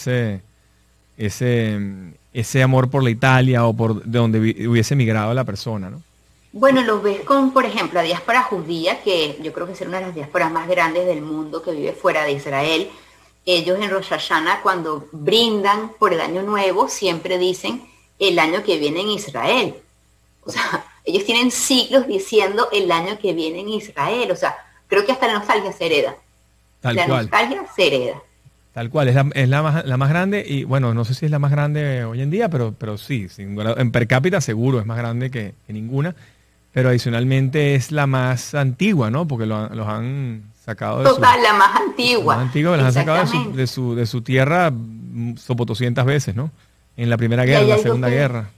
Ese amor por la Italia o de donde hubiese migrado la persona, ¿no? Bueno, lo ves con, por ejemplo, la diáspora judía, que yo creo que es una de las diásporas más grandes del mundo, que vive fuera de Israel. Ellos en Rosh Hashanah, cuando brindan por el año nuevo, siempre dicen el año que viene en Israel. O sea, ellos tienen siglos diciendo el año que viene en Israel. O sea, creo que hasta la nostalgia se hereda. La nostalgia se hereda. Tal cual, es la más grande, y bueno, no sé si es la más grande hoy en día, pero sí, en per cápita seguro es más grande que ninguna, pero adicionalmente es la más antigua, ¿no? Porque los han sacado de la más antigua. La más antigua, las han sacado de su tierra sopotoscientas veces, ¿no? En la Primera Guerra, en la Segunda Guerra.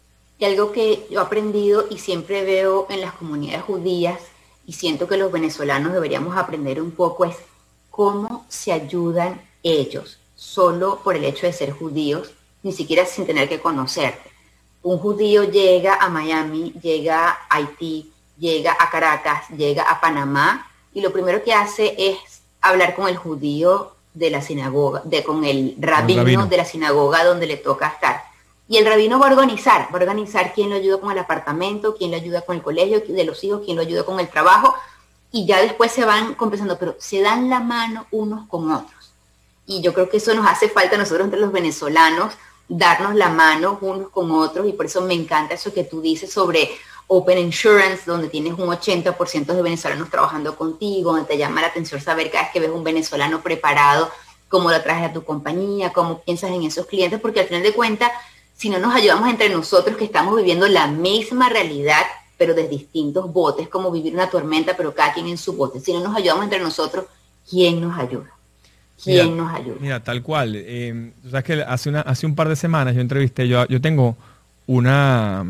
Y algo que yo he aprendido y siempre veo en las comunidades judías, y siento que los venezolanos deberíamos aprender un poco, es cómo se ayudan ellos, solo por el hecho de ser judíos, ni siquiera sin tener que conocerte. Un judío llega a Miami, llega a Haití, llega a Caracas, llega a Panamá, y lo primero que hace es hablar con el judío de la sinagoga, con el rabino de la sinagoga donde le toca estar. Y el rabino va a organizar quién lo ayuda con el apartamento, quién lo ayuda con el colegio de los hijos, quién lo ayuda con el trabajo, y ya después se van compensando, pero se dan la mano unos con otros. Y yo creo que eso nos hace falta a nosotros entre los venezolanos, darnos la mano unos con otros, y por eso me encanta eso que tú dices sobre Open Insurance, donde tienes un 80% de venezolanos trabajando contigo, donde te llama la atención saber cada vez que ves un venezolano preparado, cómo lo traes a tu compañía, cómo piensas en esos clientes, porque al final de cuentas, si no nos ayudamos entre nosotros que estamos viviendo la misma realidad, pero de distintos botes, como vivir una tormenta, pero cada quien en su bote, si no nos ayudamos entre nosotros, ¿quién nos ayuda? ¿Quién nos ayuda? Mira, tal cual. Tú sabes que hace un par de semanas yo entrevisté, yo tengo una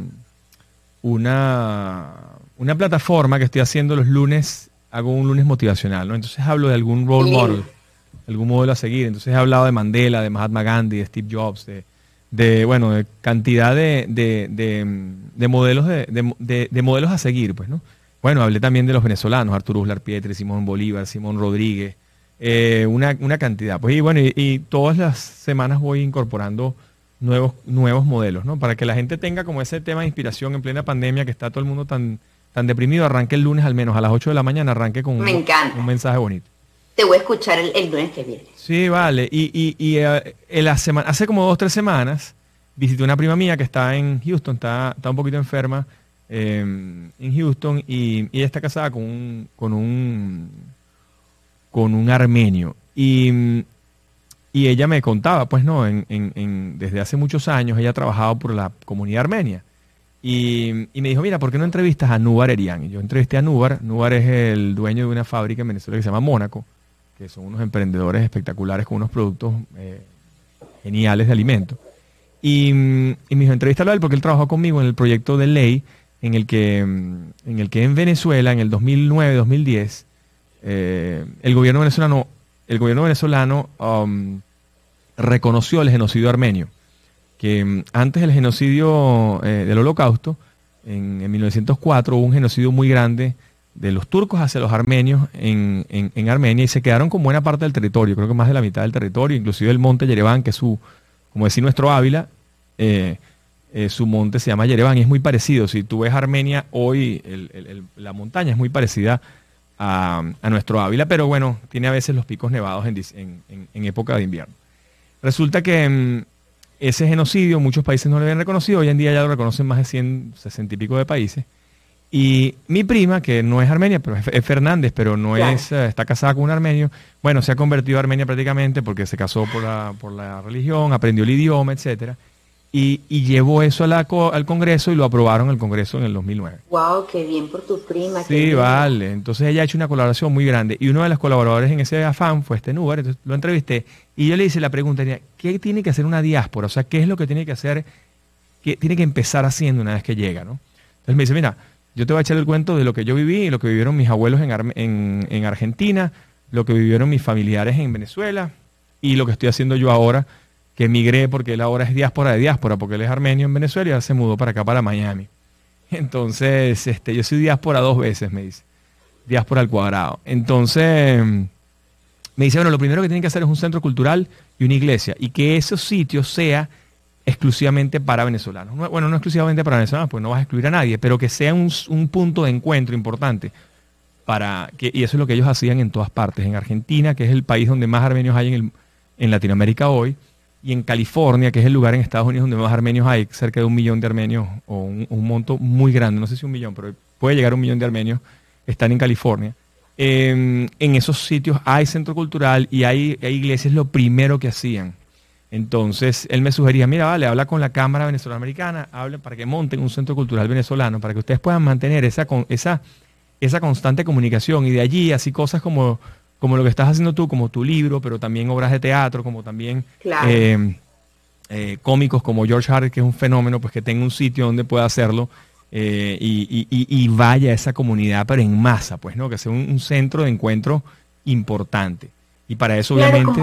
plataforma que estoy haciendo los lunes, hago un lunes motivacional, ¿no? Entonces hablo de algún role model, algún modelo a seguir. Entonces he hablado de Mandela, de Mahatma Gandhi, de Steve Jobs, de cantidad de modelos de modelos a seguir, pues, ¿no? Bueno, hablé también de los venezolanos, Arturo Uslar Pietri, Simón Bolívar, Simón Rodríguez, una cantidad. Pues, y bueno, y todas las semanas voy incorporando nuevos modelos, ¿no? Para que la gente tenga como ese tema de inspiración en plena pandemia, que está todo el mundo tan deprimido. Arranque el lunes al menos a las 8 de la mañana, arranque con un mensaje bonito. Te voy a escuchar el lunes que viene. Sí, vale. Y hace como 2-3 semanas visité una prima mía que está en Houston, está un poquito enferma en Houston, y ella está casada con un armenio. Y Y ella me contaba, pues no, desde hace muchos años ella ha trabajado por la comunidad armenia. Y me dijo, mira, ¿por qué no entrevistas a Nubar Erian? Y yo entrevisté a Nubar. Nubar es el dueño de una fábrica en Venezuela que se llama Mónaco, que son unos emprendedores espectaculares con unos productos geniales de alimentos. Y me dijo, entrevístalo a él porque él trabajó conmigo en el proyecto de ley en el que en Venezuela, en el 2009-2010, el gobierno venezolano reconoció el genocidio armenio, que antes del genocidio del Holocausto, en 1904, hubo un genocidio muy grande de los turcos hacia los armenios en Armenia, y se quedaron con buena parte del territorio, creo que más de la mitad del territorio, inclusive el monte Yerevan, que es como decir nuestro Ávila, su monte se llama Yerevan y es muy parecido. Si tú ves Armenia hoy, la montaña es muy parecida a nuestro Ávila, pero bueno, tiene a veces los picos nevados en época de invierno. Resulta que ese genocidio muchos países no lo habían reconocido, hoy en día ya lo reconocen más de 160 y pico de países. Y mi prima, que no es armenia, pero es Fernández, pero no es, está casada con un armenio, bueno, se ha convertido a Armenia prácticamente porque se casó por la religión, aprendió el idioma, etcétera, y llevó eso al Congreso y lo aprobaron el Congreso en el 2009. Wow, qué bien por tu prima. Sí, vale. Entonces ella ha hecho una colaboración muy grande y uno de los colaboradores en ese afán fue Nubar. Entonces lo entrevisté y yo le hice la pregunta, ¿qué tiene que hacer una diáspora? O sea, ¿qué es lo que tiene que hacer, qué tiene que empezar haciendo una vez que llega, ¿no? Entonces me dice, mira, yo te voy a echar el cuento de lo que yo viví y lo que vivieron mis abuelos en Argentina, lo que vivieron mis familiares en Venezuela y lo que estoy haciendo yo ahora, que emigré porque él ahora es diáspora de diáspora, porque él es armenio en Venezuela y ahora se mudó para acá, para Miami. Entonces, yo soy diáspora 2 veces, me dice. Diáspora al cuadrado. Entonces, me dice, bueno, lo primero que tienen que hacer es un centro cultural y una iglesia, y que esos sitios sea exclusivamente para venezolanos. Bueno, no exclusivamente para venezolanos, pues no vas a excluir a nadie, pero que sea un punto de encuentro importante y eso es lo que ellos hacían en todas partes. En Argentina, que es el país donde más armenios hay en Latinoamérica hoy, y en California, que es el lugar en Estados Unidos donde más armenios hay, cerca de 1 millón de armenios, o un monto muy grande, no sé si 1 millón, pero puede llegar a 1 millón de armenios, están en California. En esos sitios hay centro cultural y hay iglesias, lo primero que hacían. Entonces, él me sugería, mira, vale, habla con la Cámara Venezolano-Americana, habla para que monten un centro cultural venezolano, para que ustedes puedan mantener esa constante comunicación, y de allí, así cosas como lo que estás haciendo tú, como tu libro, pero también obras de teatro, como también cómicos como George Harris, que es un fenómeno, pues que tenga un sitio donde pueda hacerlo y vaya a esa comunidad, pero en masa, pues, ¿no? Que sea un centro de encuentro importante. Y para eso, obviamente,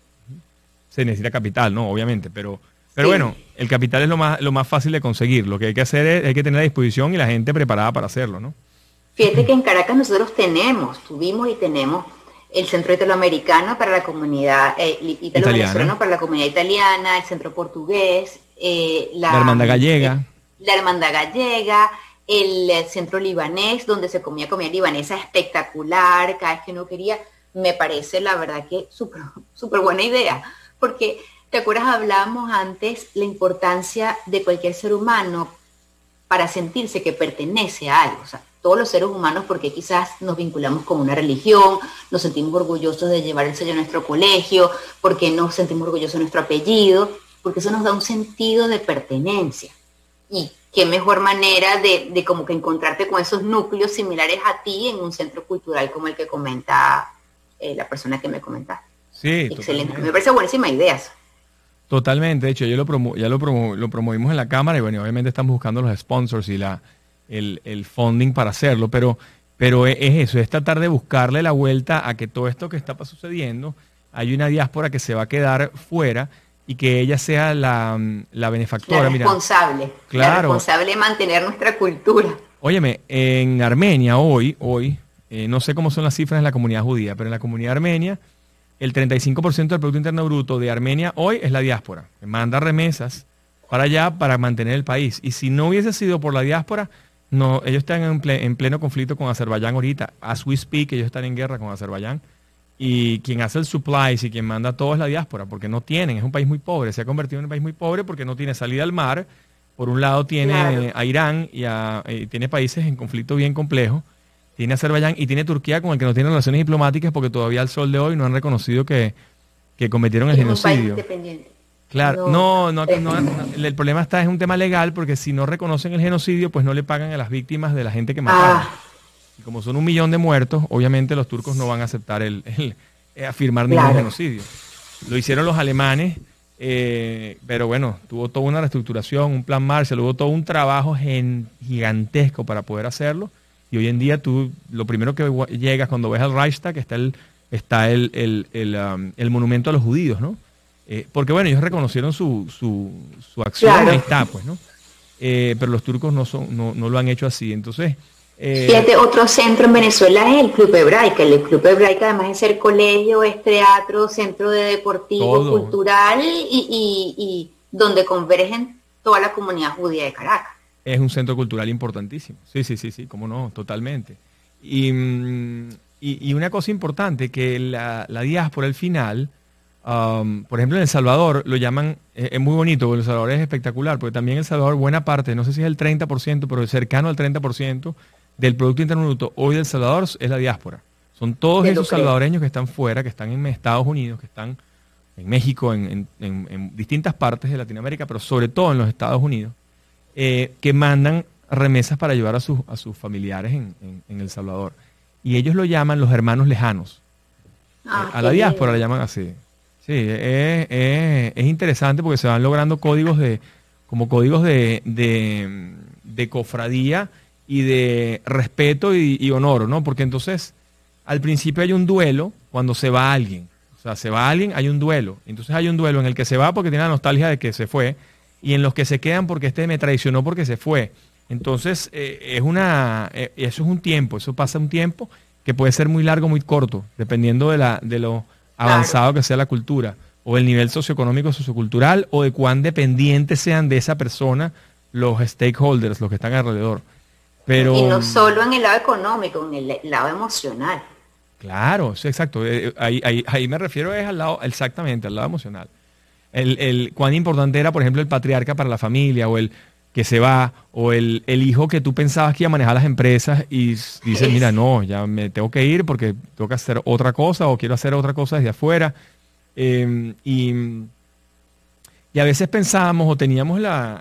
se necesita capital, ¿no? Obviamente, pero bueno, el capital es lo más fácil de conseguir. Lo que hay que hacer es, hay que tener a disposición y la gente preparada para hacerlo, ¿no? Fíjate que en Caracas nosotros tuvimos y tenemos el Centro Italoamericano para la comunidad italo-venezolana, para la comunidad italiana, el Centro Portugués, la Hermandad Gallega. La Hermandad Gallega, el Centro Libanés, donde se comía comida libanesa espectacular, cada vez que uno quería. Me parece, la verdad, que súper buena idea, porque, ¿te acuerdas? Hablábamos antes la importancia de cualquier ser humano para sentirse que pertenece a algo. O sea, todos los seres humanos, porque quizás nos vinculamos con una religión, nos sentimos orgullosos de llevar el sello a nuestro colegio, porque nos sentimos orgullosos de nuestro apellido, porque eso nos da un sentido de pertenencia. Y qué mejor manera de como que encontrarte con esos núcleos similares a ti en un centro cultural como el que comenta la persona que me comenta. Sí, excelente. Totalmente. Me parece buenísima idea. Totalmente. De hecho, yo lo promovimos en la Cámara y bueno, obviamente estamos buscando los sponsors y el funding para hacerlo, pero es eso, es tratar de buscarle la vuelta a que todo esto que está sucediendo, hay una diáspora que se va a quedar fuera y que ella sea la benefactora. La responsable. Claro. La responsable de mantener nuestra cultura. Óyeme, en Armenia hoy no sé cómo son las cifras en la comunidad judía, pero en la comunidad armenia, el 35% del Producto Interno Bruto de Armenia hoy es la diáspora. Manda remesas para allá para mantener el país. Y si no hubiese sido por la diáspora, no, ellos están en pleno conflicto con Azerbaiyán ahorita. As we speak, ellos están en guerra con Azerbaiyán. Y quien hace el supplies y quien manda todo es la diáspora, porque no tienen, es un país muy pobre, se ha convertido en un país muy pobre porque no tiene salida al mar. Por un lado tiene a Irán y tiene países en conflicto bien complejo. Tiene Azerbaiyán y tiene Turquía, con el que no tiene relaciones diplomáticas porque todavía al sol de hoy no han reconocido que que cometieron el Es un país genocidio. independiente. Claro, no, el problema es un tema legal, porque si no reconocen el genocidio, pues no le pagan a las víctimas de la gente que mataron. Y como son 1 millón de muertos, obviamente los turcos no van a aceptar afirmar ningún genocidio. Lo hicieron los alemanes, pero bueno, tuvo toda una reestructuración, un plan Marshall, hubo todo un trabajo gigantesco para poder hacerlo. Y hoy en día tú, lo primero que llegas cuando ves al Reichstag, está el monumento a los judíos, ¿no? Porque bueno, ellos reconocieron su acción, ahí está, pues, ¿no? Pero los turcos no lo han hecho así. Entonces, fíjate, otro centro en Venezuela es el Club Hebraica. El Club Hebraica, además de ser colegio, es teatro, centro de deportivo, todo. Cultural y donde convergen toda la comunidad judía de Caracas. Es un centro cultural importantísimo. Sí, cómo no, totalmente. Y una cosa importante, que la diáspora al final, por ejemplo en El Salvador lo llaman, es muy bonito, porque El Salvador es espectacular, porque también El Salvador, buena parte, no sé si es el 30%, pero cercano al 30% del Producto Interno Bruto hoy del Salvador es la diáspora. Son todos esos salvadoreños que están fuera, que están en Estados Unidos, que están en México, en distintas partes de Latinoamérica, pero sobre todo en los Estados Unidos, que mandan remesas para ayudar a sus familiares en El Salvador. Y ellos lo llaman los hermanos lejanos. A la diáspora le llaman así. Sí, es interesante porque se van logrando códigos de cofradía y de respeto y honor, ¿no? Porque entonces, al principio hay un duelo cuando se va alguien. O sea, se va alguien, hay un duelo. Entonces hay un duelo en el que se va porque tiene la nostalgia de que se fue, y en los que se quedan porque este me traicionó porque se fue. Entonces, eso es un tiempo, eso pasa un tiempo que puede ser muy largo, muy corto, dependiendo de lo avanzado que sea la cultura, o el nivel socioeconómico, sociocultural, o de cuán dependientes sean de esa persona los stakeholders, los que están alrededor. Pero, y no solo en el lado económico, en el lado emocional. Claro, sí, exacto. Ahí me refiero al lado, exactamente, al lado emocional. Cuán importante era, por ejemplo, el patriarca para la familia, o el que se va, o el hijo que tú pensabas que iba a manejar las empresas y dice, mira, no, ya me tengo que ir porque tengo que hacer otra cosa, o quiero hacer otra cosa desde afuera. Y a veces pensábamos o teníamos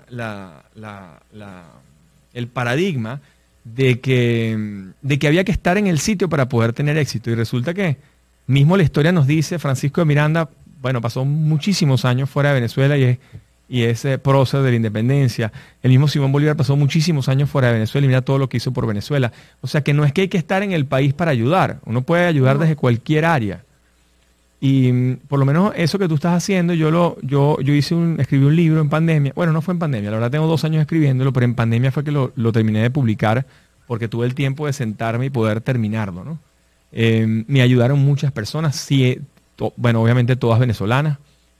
el paradigma de que había que estar en el sitio para poder tener éxito. Y resulta que mismo la historia nos dice, Francisco de Miranda, bueno, pasó muchísimos años fuera de Venezuela y es prócer de la independencia. El mismo Simón Bolívar pasó muchísimos años fuera de Venezuela y mira todo lo que hizo por Venezuela. O sea que no es que hay que estar en el país para ayudar. Uno puede ayudar desde cualquier área. Y por lo menos eso que tú estás haciendo, yo escribí un libro en pandemia. Bueno, no fue en pandemia, la verdad tengo 2 años escribiéndolo, pero en pandemia fue que lo terminé de publicar porque tuve el tiempo de sentarme y poder terminarlo, ¿no? Me ayudaron muchas personas, sí, bueno, obviamente todas venezolanas,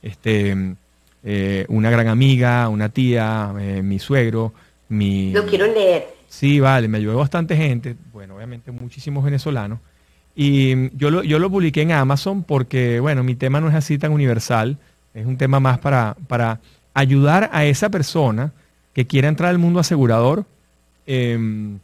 una gran amiga, una tía, mi suegro, Lo quiero leer. Sí, vale, me ayudó bastante gente, bueno, obviamente muchísimos venezolanos. Y yo lo publiqué en Amazon porque, bueno, mi tema no es así tan universal, es un tema más para ayudar a esa persona que quiera entrar al mundo asegurador y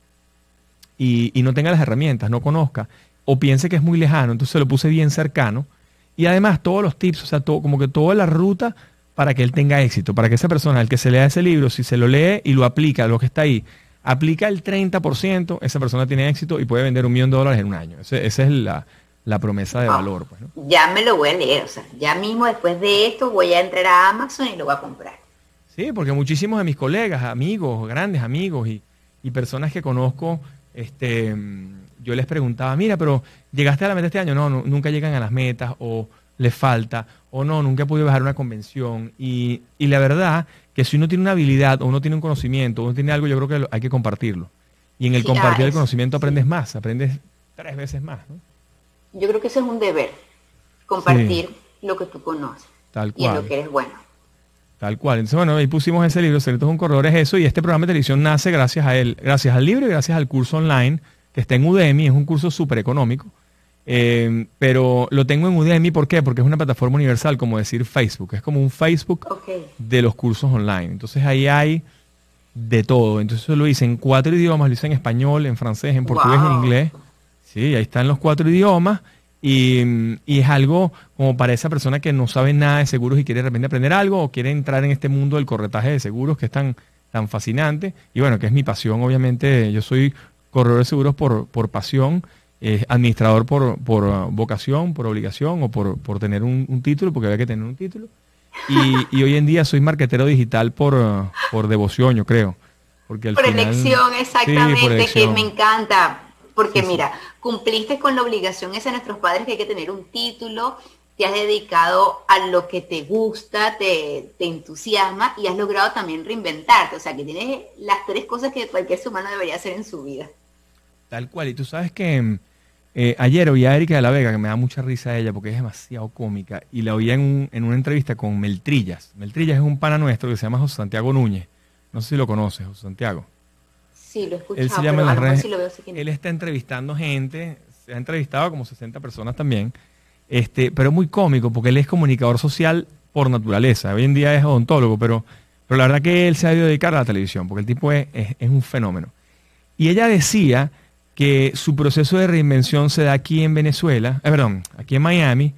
no tenga las herramientas, no conozca, o piense que es muy lejano, entonces lo puse bien cercano. Y además todos los tips, o sea, como que toda la ruta para que él tenga éxito, para que esa persona, al que se lea ese libro, si se lo lee y lo aplica, lo que está ahí, aplica el 30%, esa persona tiene éxito y puede vender $1 millón en un año. Esa es la promesa de valor. Pues, ¿no? Ya me lo voy a leer, o sea, ya mismo después de esto voy a entrar a Amazon y lo voy a comprar. Sí, porque muchísimos de mis colegas, amigos, grandes amigos y personas que conozco, yo les preguntaba, mira, pero ¿llegaste a la meta este año? No, nunca llegan a las metas, o les falta, o no, nunca he podido bajar una convención. Y la verdad que si uno tiene una habilidad, o uno tiene un conocimiento, o uno tiene algo, yo creo que hay que compartirlo. Y en el compartir el conocimiento aprendes más, aprendes 3 veces más, ¿no? Yo creo que eso es un deber, compartir lo que tú conoces. Tal cual. Y en lo que eres bueno. Tal cual. Entonces, bueno, ahí pusimos ese libro, Secretos de un Corredor, es eso, y este programa de televisión nace gracias a él, gracias al libro y gracias al curso online que está en Udemy. Es un curso súper económico, pero lo tengo en Udemy, ¿por qué? Porque es una plataforma universal, como decir Facebook, es como un Facebook de los cursos online. Entonces ahí hay de todo. Entonces lo hice en 4 idiomas, lo hice en español, en francés, en portugués y en inglés. Sí, ahí están los 4 idiomas, Y es algo como para esa persona que no sabe nada de seguros y quiere de repente aprender algo o quiere entrar en este mundo del corretaje de seguros que es tan fascinante. Y bueno, que es mi pasión, obviamente. Yo soy corredor de seguros por pasión, administrador por vocación, por obligación o por tener un título, porque había que tener un título. Y hoy en día soy marketero digital por devoción, yo creo. Porque por elección, exactamente, sí, por elección. que me encanta. Porque Sí. mira, cumpliste con la obligación esa de nuestros padres que hay que tener un título, te has dedicado a lo que te gusta, te entusiasma y has logrado también reinventarte. O sea, que tienes las 3 cosas que cualquier ser humano debería hacer en su vida. Tal cual. Y tú sabes que ayer oí a Erika de la Vega, que me da mucha risa ella porque es demasiado cómica, y la oía en una entrevista con Meltrillas. Meltrillas es un pana nuestro que se llama José Santiago Núñez. No sé si lo conoces, José Santiago. Sí, lo he escuchado, Él se llama pero en a las lo mejor redes. sí lo veo, sí que no. Él está entrevistando gente, se ha entrevistado a como 60 personas también, pero es muy cómico porque él es comunicador social por naturaleza. Hoy en día es odontólogo, pero la verdad que él se ha ido a dedicar a la televisión porque el tipo es un fenómeno. Y ella decía que su proceso de reinvención se da aquí en Venezuela, aquí en Miami,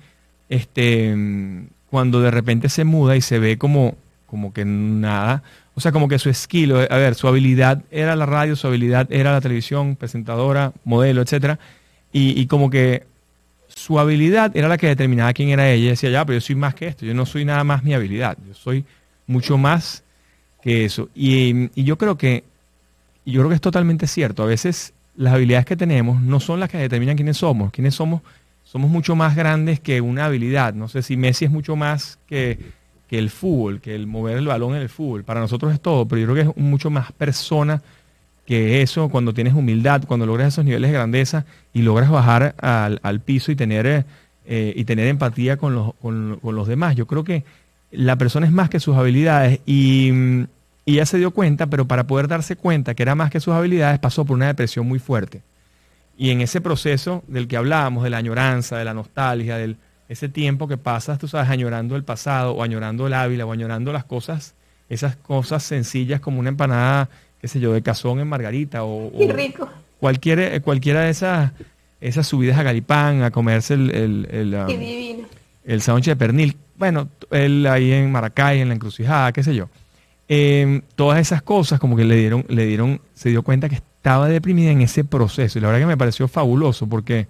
cuando de repente se muda y se ve como que nada, o sea, como que su skill, a ver, su habilidad era la radio, su habilidad era la televisión, presentadora, modelo, etcétera, y como que su habilidad era la que determinaba quién era ella. Y decía, ya, pero yo soy más que esto, yo no soy nada más mi habilidad, yo soy mucho más que eso. Y yo creo que es totalmente cierto. A veces las habilidades que tenemos no son las que determinan quiénes somos. Quiénes somos mucho más grandes que una habilidad. No sé si Messi es mucho más que el fútbol, que el mover el balón en el fútbol. Para nosotros es todo, pero yo creo que es mucho más persona que eso, cuando tienes humildad, cuando logras esos niveles de grandeza y logras bajar al piso y tener empatía con los demás. Yo creo que la persona es más que sus habilidades y ella se dio cuenta, pero para poder darse cuenta que era más que sus habilidades, pasó por una depresión muy fuerte. Y en ese proceso del que hablábamos, de la añoranza, de la nostalgia, ese tiempo que pasas, tú sabes, añorando el pasado, o añorando el Ávila, o añorando las cosas, esas cosas sencillas como una empanada, qué sé yo, de cazón en margarita, Qué rico. cualquiera de esas subidas a Galipán, a comerse Qué divino. el sándwich de pernil. Bueno, él ahí en Maracay, en la encrucijada, qué sé yo. Todas esas cosas como que se dio cuenta que estaba deprimida en ese proceso. Y la verdad que me pareció fabuloso porque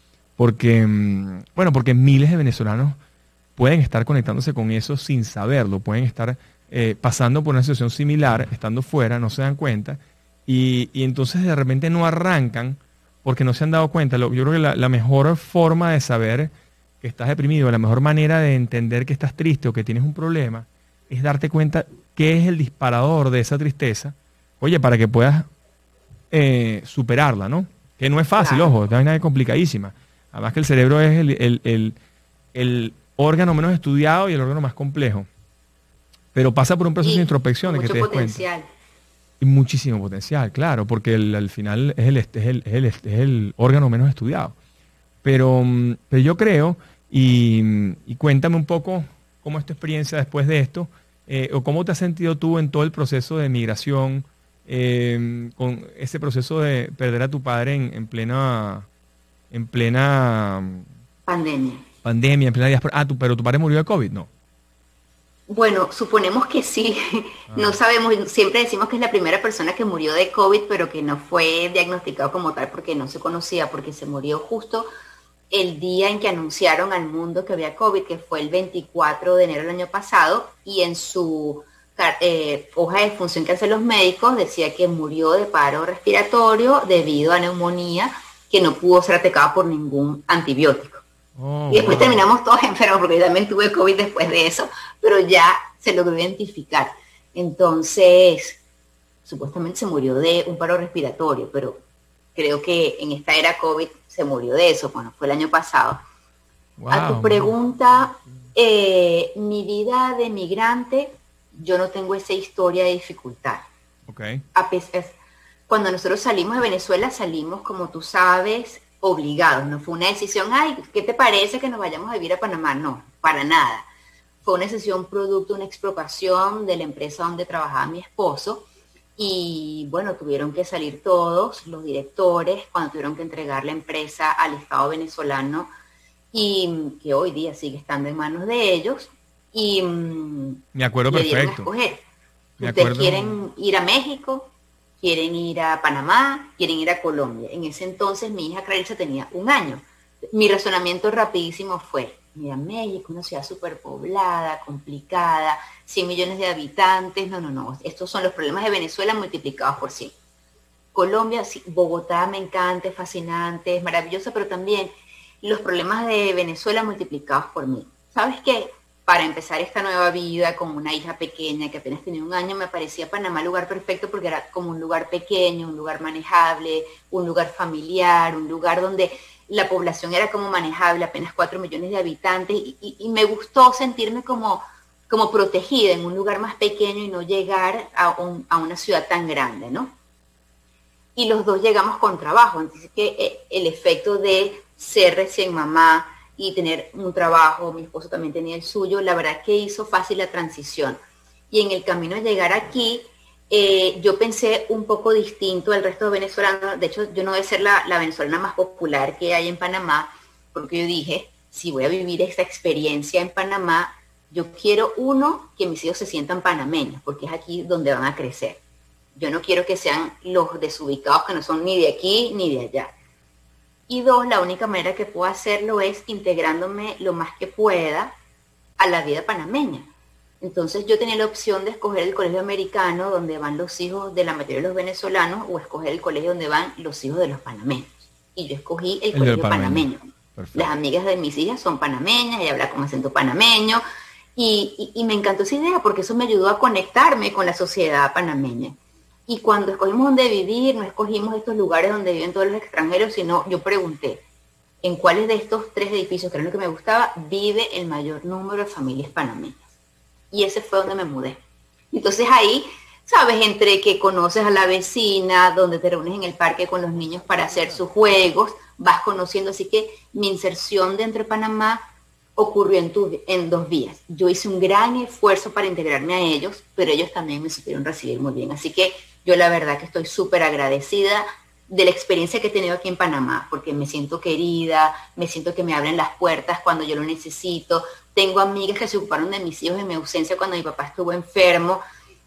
miles de venezolanos pueden estar conectándose con eso sin saberlo, pueden estar pasando por una situación similar, estando fuera, no se dan cuenta, y entonces de repente no arrancan porque no se han dado cuenta. Yo creo que la mejor forma de saber que estás deprimido, la mejor manera de entender que estás triste o que tienes un problema, es darte cuenta qué es el disparador de esa tristeza, oye, para que puedas superarla, ¿no? Que no es fácil, Claro. ojo, es una complicadísima. Además que el cerebro es el órgano menos estudiado y el órgano más complejo. Pero pasa por un proceso de introspección de que mucho te des cuenta. potencial. Y muchísimo potencial, claro, porque al final es el órgano menos estudiado. Pero yo creo, y cuéntame un poco cómo es tu experiencia después de esto, o cómo te has sentido tú en todo el proceso de migración, con ese proceso de perder a tu padre en plena Pandemia. pandemia, en plena diáspora. Pero tu padre murió de COVID, ¿no? Bueno, suponemos que sí. No sabemos, siempre decimos que es la primera persona que murió de COVID, pero que no fue diagnosticado como tal porque no se conocía, porque se murió justo el día en que anunciaron al mundo que había COVID, que fue el 24 de enero del año pasado, y en su hoja de función que hacen los médicos decía que murió de paro respiratorio debido a neumonía, que no pudo ser atacada por ningún antibiótico. Oh, Y después wow. terminamos todos enfermos, porque yo también tuve COVID después de eso, pero ya se logró identificar. Entonces, supuestamente se murió de un paro respiratorio, pero creo que en esta era COVID se murió de eso, bueno, fue el año pasado. A tu Wow. pregunta, mi vida de migrante, yo no tengo esa historia de dificultad. Ok. Cuando nosotros salimos de Venezuela, salimos, como tú sabes, obligados. No fue una decisión, ay, ¿qué te parece que nos vayamos a vivir a Panamá? No, para nada. Fue una decisión producto de una expropiación de la empresa donde trabajaba mi esposo. Y bueno, tuvieron que salir todos los directores cuando tuvieron que entregar la empresa al Estado venezolano. y que hoy día sigue estando en manos de ellos, y me acuerdo le dieron a perfecto. escoger. Me Ustedes acuerdo. quieren ir a México, quieren ir a Panamá, quieren ir a Colombia. En ese entonces mi hija Clarissa tenía 1 año. Mi razonamiento rapidísimo fue, mira, México, una ciudad súper poblada, complicada, 100 millones de habitantes, no, estos son los problemas de Venezuela multiplicados por 100. Colombia, sí, Bogotá me encanta, es fascinante, es maravillosa, pero también los problemas de Venezuela multiplicados por 1000. ¿Sabes qué? Para empezar esta nueva vida con una hija pequeña que apenas tenía 1 año, me parecía Panamá el lugar perfecto porque era como un lugar pequeño, un lugar manejable, un lugar familiar, un lugar donde la población era como manejable, apenas 4 millones de habitantes, y me gustó sentirme como protegida en un lugar más pequeño y no llegar a una ciudad tan grande, ¿no? Y los dos llegamos con trabajo, entonces que el efecto de ser recién mamá y tener un trabajo, mi esposo también tenía el suyo, la verdad que hizo fácil la transición. Y en el camino de llegar aquí, yo pensé un poco distinto al resto de venezolanos. De hecho, yo no voy a ser la venezolana más popular que hay en Panamá, porque yo dije, si voy a vivir esta experiencia en Panamá, yo quiero, uno, que mis hijos se sientan panameños, porque es aquí donde van a crecer. Yo no quiero que sean los desubicados que no son ni de aquí ni de allá. Y 2, la única manera que puedo hacerlo es integrándome lo más que pueda a la vida panameña. Entonces yo tenía la opción de escoger el colegio americano donde van los hijos de la mayoría de los venezolanos o escoger el colegio donde van los hijos de los panameños. Y yo escogí el colegio panameño. Perfecto. Las amigas de mis hijas son panameñas, ella habla con acento panameño y me encantó esa idea porque eso me ayudó a conectarme con la sociedad panameña. Y cuando escogimos dónde vivir, no escogimos estos lugares donde viven todos los extranjeros, sino yo pregunté, ¿en cuáles de estos 3 edificios, que era lo que me gustaba, vive el mayor número de familias panameñas? Y ese fue donde me mudé. Entonces ahí, sabes, entre que conoces a la vecina, donde te reúnes en el parque con los niños para hacer sus juegos, vas conociendo. Así que mi inserción dentro de Panamá ocurrió en 2 vías. Yo hice un gran esfuerzo para integrarme a ellos, pero ellos también me supieron recibir muy bien. Así que yo la verdad que estoy súper agradecida de la experiencia que he tenido aquí en Panamá, porque me siento querida, me siento que me abren las puertas cuando yo lo necesito. Tengo amigas que se ocuparon de mis hijos en mi ausencia cuando mi papá estuvo enfermo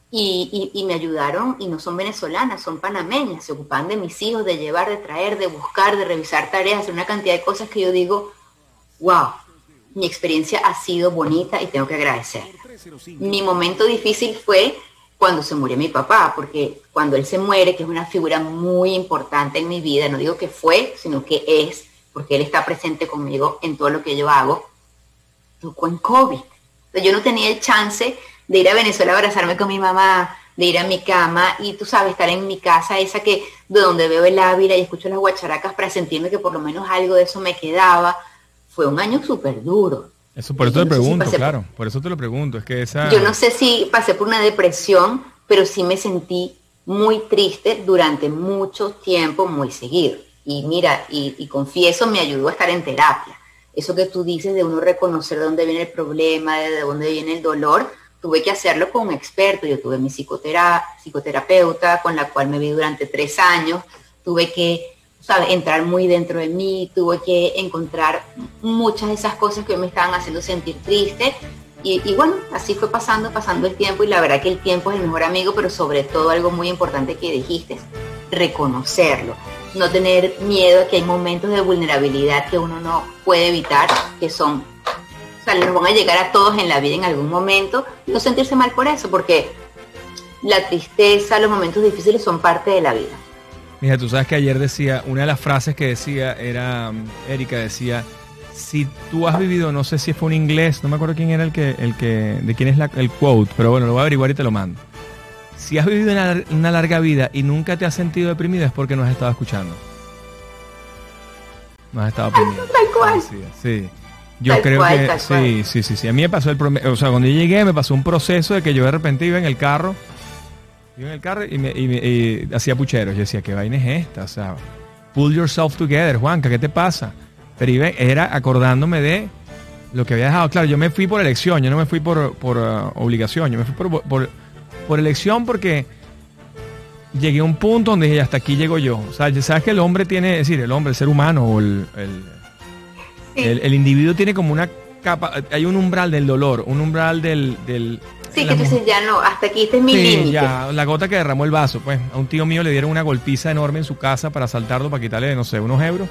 y me ayudaron, y no son venezolanas, son panameñas. Se ocupaban de mis hijos, de llevar, de traer, de buscar, de revisar tareas, hacer una cantidad de cosas que yo digo, wow, mi experiencia ha sido bonita y tengo que agradecer. Mi momento difícil fue cuando se murió mi papá, porque cuando él se muere, que es una figura muy importante en mi vida, no digo que fue, sino que es, porque él está presente conmigo en todo lo que yo hago, tocó en COVID. Yo no tenía el chance de ir a Venezuela a abrazarme con mi mamá, de ir a mi cama y, tú sabes, estar en mi casa, esa que de donde veo el Ávila y escucho las guacharacas para sentirme que por lo menos algo de eso me quedaba. Fue un año súper duro. Eso, por eso te pregunto, claro, por eso te lo pregunto. Es que yo no sé si pasé por una depresión, pero sí me sentí muy triste durante mucho tiempo, muy seguido. Y mira, y confieso, me ayudó a estar en terapia. Eso que tú dices de uno reconocer de dónde viene el problema, de dónde viene el dolor, tuve que hacerlo con un experto. Yo tuve mi psicoterapeuta, con la cual me vi durante 3 años. Tuve que, ¿sabes?, entrar muy dentro de mí, tuve que encontrar muchas de esas cosas que me estaban haciendo sentir triste. Y bueno, así fue pasando el tiempo, y la verdad que el tiempo es el mejor amigo, pero sobre todo algo muy importante que dijiste, reconocerlo. No tener miedo a que hay momentos de vulnerabilidad que uno no puede evitar, que son, o sea, nos van a llegar a todos en la vida en algún momento, y no sentirse mal por eso, porque la tristeza, los momentos difíciles son parte de la vida. Mira, tú sabes que ayer decía, una de las frases que decía era, Erika decía, si tú has vivido, no sé si fue un inglés, no me acuerdo quién era el que de quién es el quote, pero bueno, lo voy a averiguar y te lo mando. Si has vivido una larga vida y nunca te has sentido deprimido, es porque no has estado escuchando. No has estado oprimido. Tal cual. Sí. Yo creo que sí. A mí me pasó o sea, cuando yo llegué me pasó un proceso de que yo de repente iba en el carro y hacía pucheros. Yo decía, ¿qué vaina es esta? O sea, pull yourself together, Juanca, ¿qué te pasa? Pero era acordándome de lo que había dejado. Claro, yo me fui por elección, yo no me fui por obligación, yo me fui por elección, porque llegué a un punto donde dije, hasta aquí llego yo. O sea, ya sabes que el hombre tiene, es decir, el ser humano o El individuo tiene como una capa, hay un umbral del dolor, un umbral del sí, que tú dices, ya no, hasta aquí este es mi límite. Ya, la gota que derramó el vaso, pues. A un tío mío le dieron una golpiza enorme en su casa para asaltarlo, para quitarle, no sé, unos euros.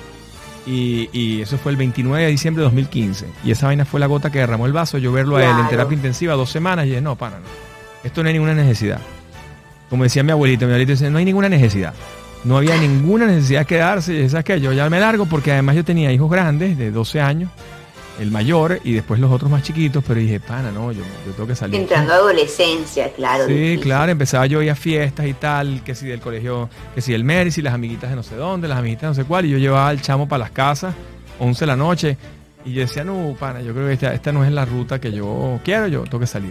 Y eso fue el 29 de diciembre de 2015. Y esa vaina fue la gota que derramó el vaso. Yo verlo a él en terapia intensiva 2 semanas y dije, no, pana, no. Esto no hay ninguna necesidad. Como decía mi abuelito dice, no hay ninguna necesidad. No había ninguna necesidad de quedarse. Y ¿sabes qué? Yo ya me largo porque además yo tenía hijos grandes de 12 años. El mayor y después los otros más chiquitos, pero dije, pana, no, yo tengo que salir. Entrando a adolescencia, claro. Sí, difícil. claro, empezaba yo a ir a fiestas y tal, que si del colegio, que si del Mercy, las amiguitas de no sé dónde, las amiguitas de no sé cuál, y yo llevaba al chamo para las casas, 11 de la noche, y yo decía, no, pana, yo creo que esta no es la ruta que yo quiero, yo tengo que salir.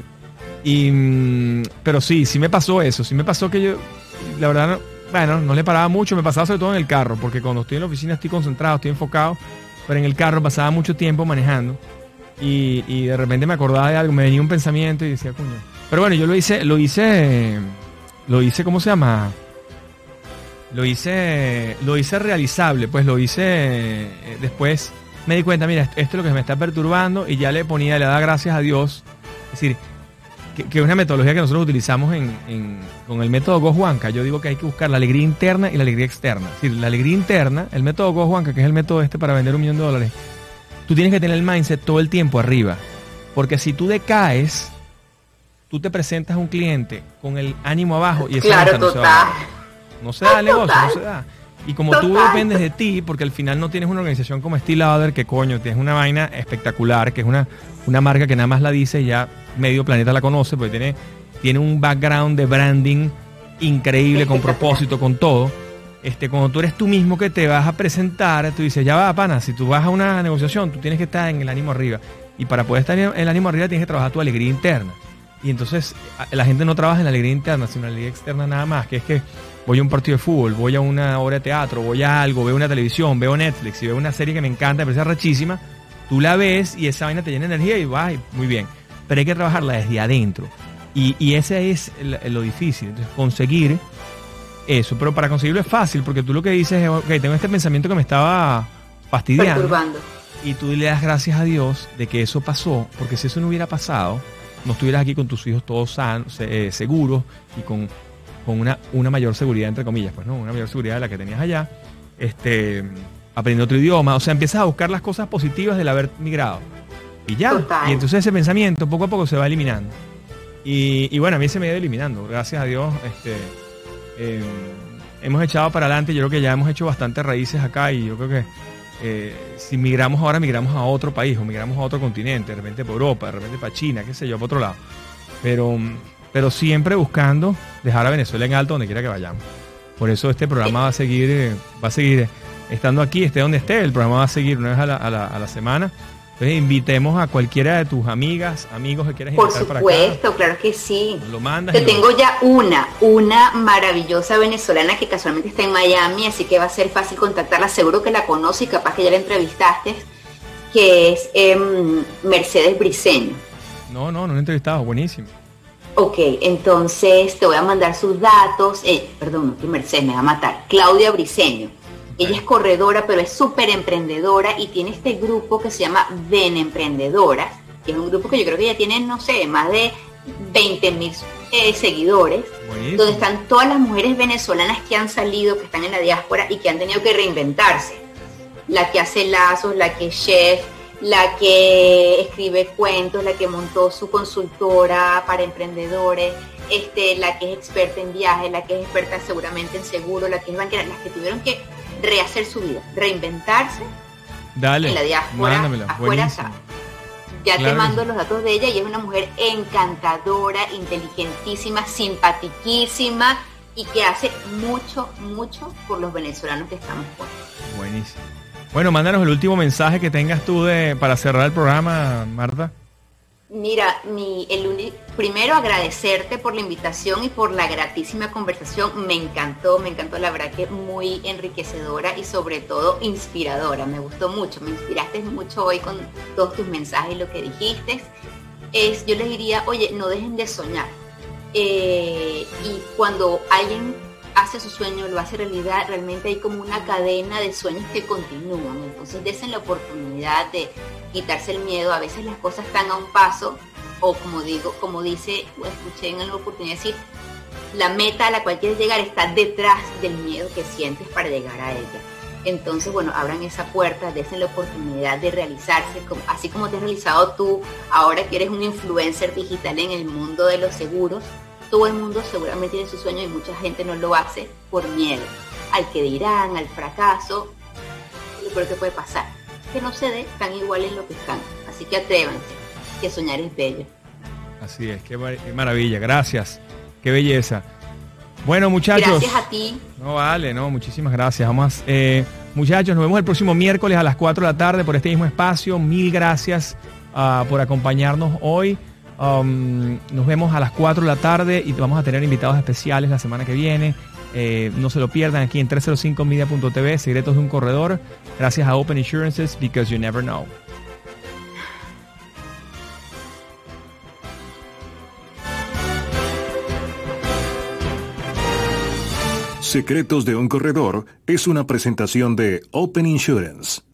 Pero sí me pasó eso, sí me pasó que yo, la verdad, no le paraba mucho, me pasaba sobre todo en el carro, porque cuando estoy en la oficina estoy concentrado, estoy enfocado, pero en el carro pasaba mucho tiempo manejando y de repente me acordaba de algo, me venía un pensamiento y decía, coño. Pero bueno, yo lo hice, ¿cómo se llama? Lo hice realizable, pues lo hice, después me di cuenta, mira, esto es lo que me está perturbando y ya le daba gracias a Dios. Es decir, que es una metodología que nosotros utilizamos con el método Gojuanca. Yo digo que hay que buscar la alegría interna y la alegría externa. Es decir, la alegría interna, el método Gojuanca, que es el método para vender $1 millón, tú tienes que tener el mindset todo el tiempo arriba. Porque si tú decaes, tú te presentas a un cliente con el ánimo abajo y esa claro, no se va. No se da el negocio, no se da. Y como tú dependes de ti, porque al final no tienes una organización como Estee Lauder, que coño, tienes una vaina espectacular, que es una marca que nada más la dice y ya medio planeta la conoce, porque tiene un background de branding increíble, con propósito, con todo. Cuando tú eres tú mismo que te vas a presentar, tú dices, ya va, pana, si tú vas a una negociación, tú tienes que estar en el ánimo arriba. Y para poder estar en el ánimo arriba tienes que trabajar tu alegría interna. Y entonces la gente no trabaja en la alegría interna, sino en la alegría externa nada más, que es que voy a un partido de fútbol, voy a una obra de teatro, voy a algo, veo una televisión, veo Netflix y veo una serie que me encanta, me parece rachísima, tú la ves y esa vaina te llena de energía y vas, muy bien. Pero hay que trabajarla desde adentro. Y ese es lo difícil. Entonces, conseguir eso. Pero para conseguirlo es fácil, porque tú lo que dices es, ok, tengo este pensamiento que me estaba fastidiando. Perturbando. Y tú le das gracias a Dios de que eso pasó, porque si eso no hubiera pasado, no estuvieras aquí con tus hijos todos sanos, seguros y con una mayor seguridad, entre comillas, pues no, una mayor seguridad de la que tenías allá, aprendiendo otro idioma, o sea, empiezas a buscar las cosas positivas del haber migrado. Y ya, total. Y entonces ese pensamiento poco a poco se va eliminando. Y bueno, a mí se me ha ido eliminando, gracias a Dios, hemos echado para adelante, yo creo que ya hemos hecho bastantes raíces acá y yo creo que si migramos ahora, migramos a otro país o migramos a otro continente, de repente para Europa, de repente para China, qué sé yo, para otro lado. Pero siempre buscando dejar a Venezuela en alto donde quiera que vayamos. Por eso este programa va a seguir estando aquí, esté donde esté. El programa va a seguir una vez a la semana. Entonces invitemos a cualquiera de tus amigas, amigos que quieras invitar para acá. Por supuesto, claro que sí. Lo mandas. Te tengo ya una maravillosa venezolana que casualmente está en Miami, así que va a ser fácil contactarla. Seguro que la conoce y capaz que ya la entrevistaste, que es Mercedes Briceño. No la he entrevistado, buenísimo. Ok, entonces te voy a mandar sus datos. Perdón, que Mercedes me va a matar. Claudia Briceño. Ella es corredora, pero es súper emprendedora y tiene este grupo que se llama Ven Emprendedoras, que es un grupo que yo creo que ya tiene, no sé, más de 20,000 seguidores. Buenísimo. Donde están todas las mujeres venezolanas que han salido, que están en la diáspora y que han tenido que reinventarse. La que hace lazos, la que es chef, la que escribe cuentos, la que montó su consultora para emprendedores, la que es experta en viajes, la que es experta seguramente en seguro, la que es banquera, las que tuvieron que rehacer su vida, reinventarse. Dale, en la diáspora, mándamela, afuera está. Ya claro, te mando los datos de ella y es una mujer encantadora, inteligentísima, simpatiquísima y que hace mucho por los venezolanos que estamos fuera. Buenísimo. Bueno, mándanos el último mensaje que tengas tú para cerrar el programa, Marta. Mira, primero agradecerte por la invitación y por la gratísima conversación. Me encantó, la verdad que muy enriquecedora y sobre todo inspiradora. Me gustó mucho, me inspiraste mucho hoy con todos tus mensajes y lo que dijiste. Yo les diría, oye, no dejen de soñar. Y cuando alguien hace su sueño, lo hace realidad, realmente hay como una cadena de sueños que continúan. Entonces desen la oportunidad de quitarse el miedo. A veces las cosas están a un paso, o como dice, o escuché en alguna oportunidad decir, la meta a la cual quieres llegar está detrás del miedo que sientes para llegar a ella. Entonces, bueno, abran esa puerta, desen la oportunidad de realizarse, así como te has realizado tú, ahora que eres un influencer digital en el mundo de los seguros. Todo el mundo seguramente tiene su sueño y mucha gente no lo hace por miedo al que dirán, al fracaso. Lo peor que puede pasar es que no se dé, están iguales lo que están. Así que atrévanse, que soñar es bello. Así es, qué maravilla, gracias, qué belleza. Bueno, muchachos. Gracias a ti. No, vale, no, muchísimas gracias. Vamos, muchachos, nos vemos el próximo miércoles a las 4 de la tarde por este mismo espacio. Mil gracias por acompañarnos hoy. Nos vemos a las 4 de la tarde y vamos a tener invitados especiales la semana que viene. No se lo pierdan aquí en 305media.tv, Secretos de un Corredor. Gracias a Open Insurances, because you never know. Secretos de un Corredor es una presentación de Open Insurance.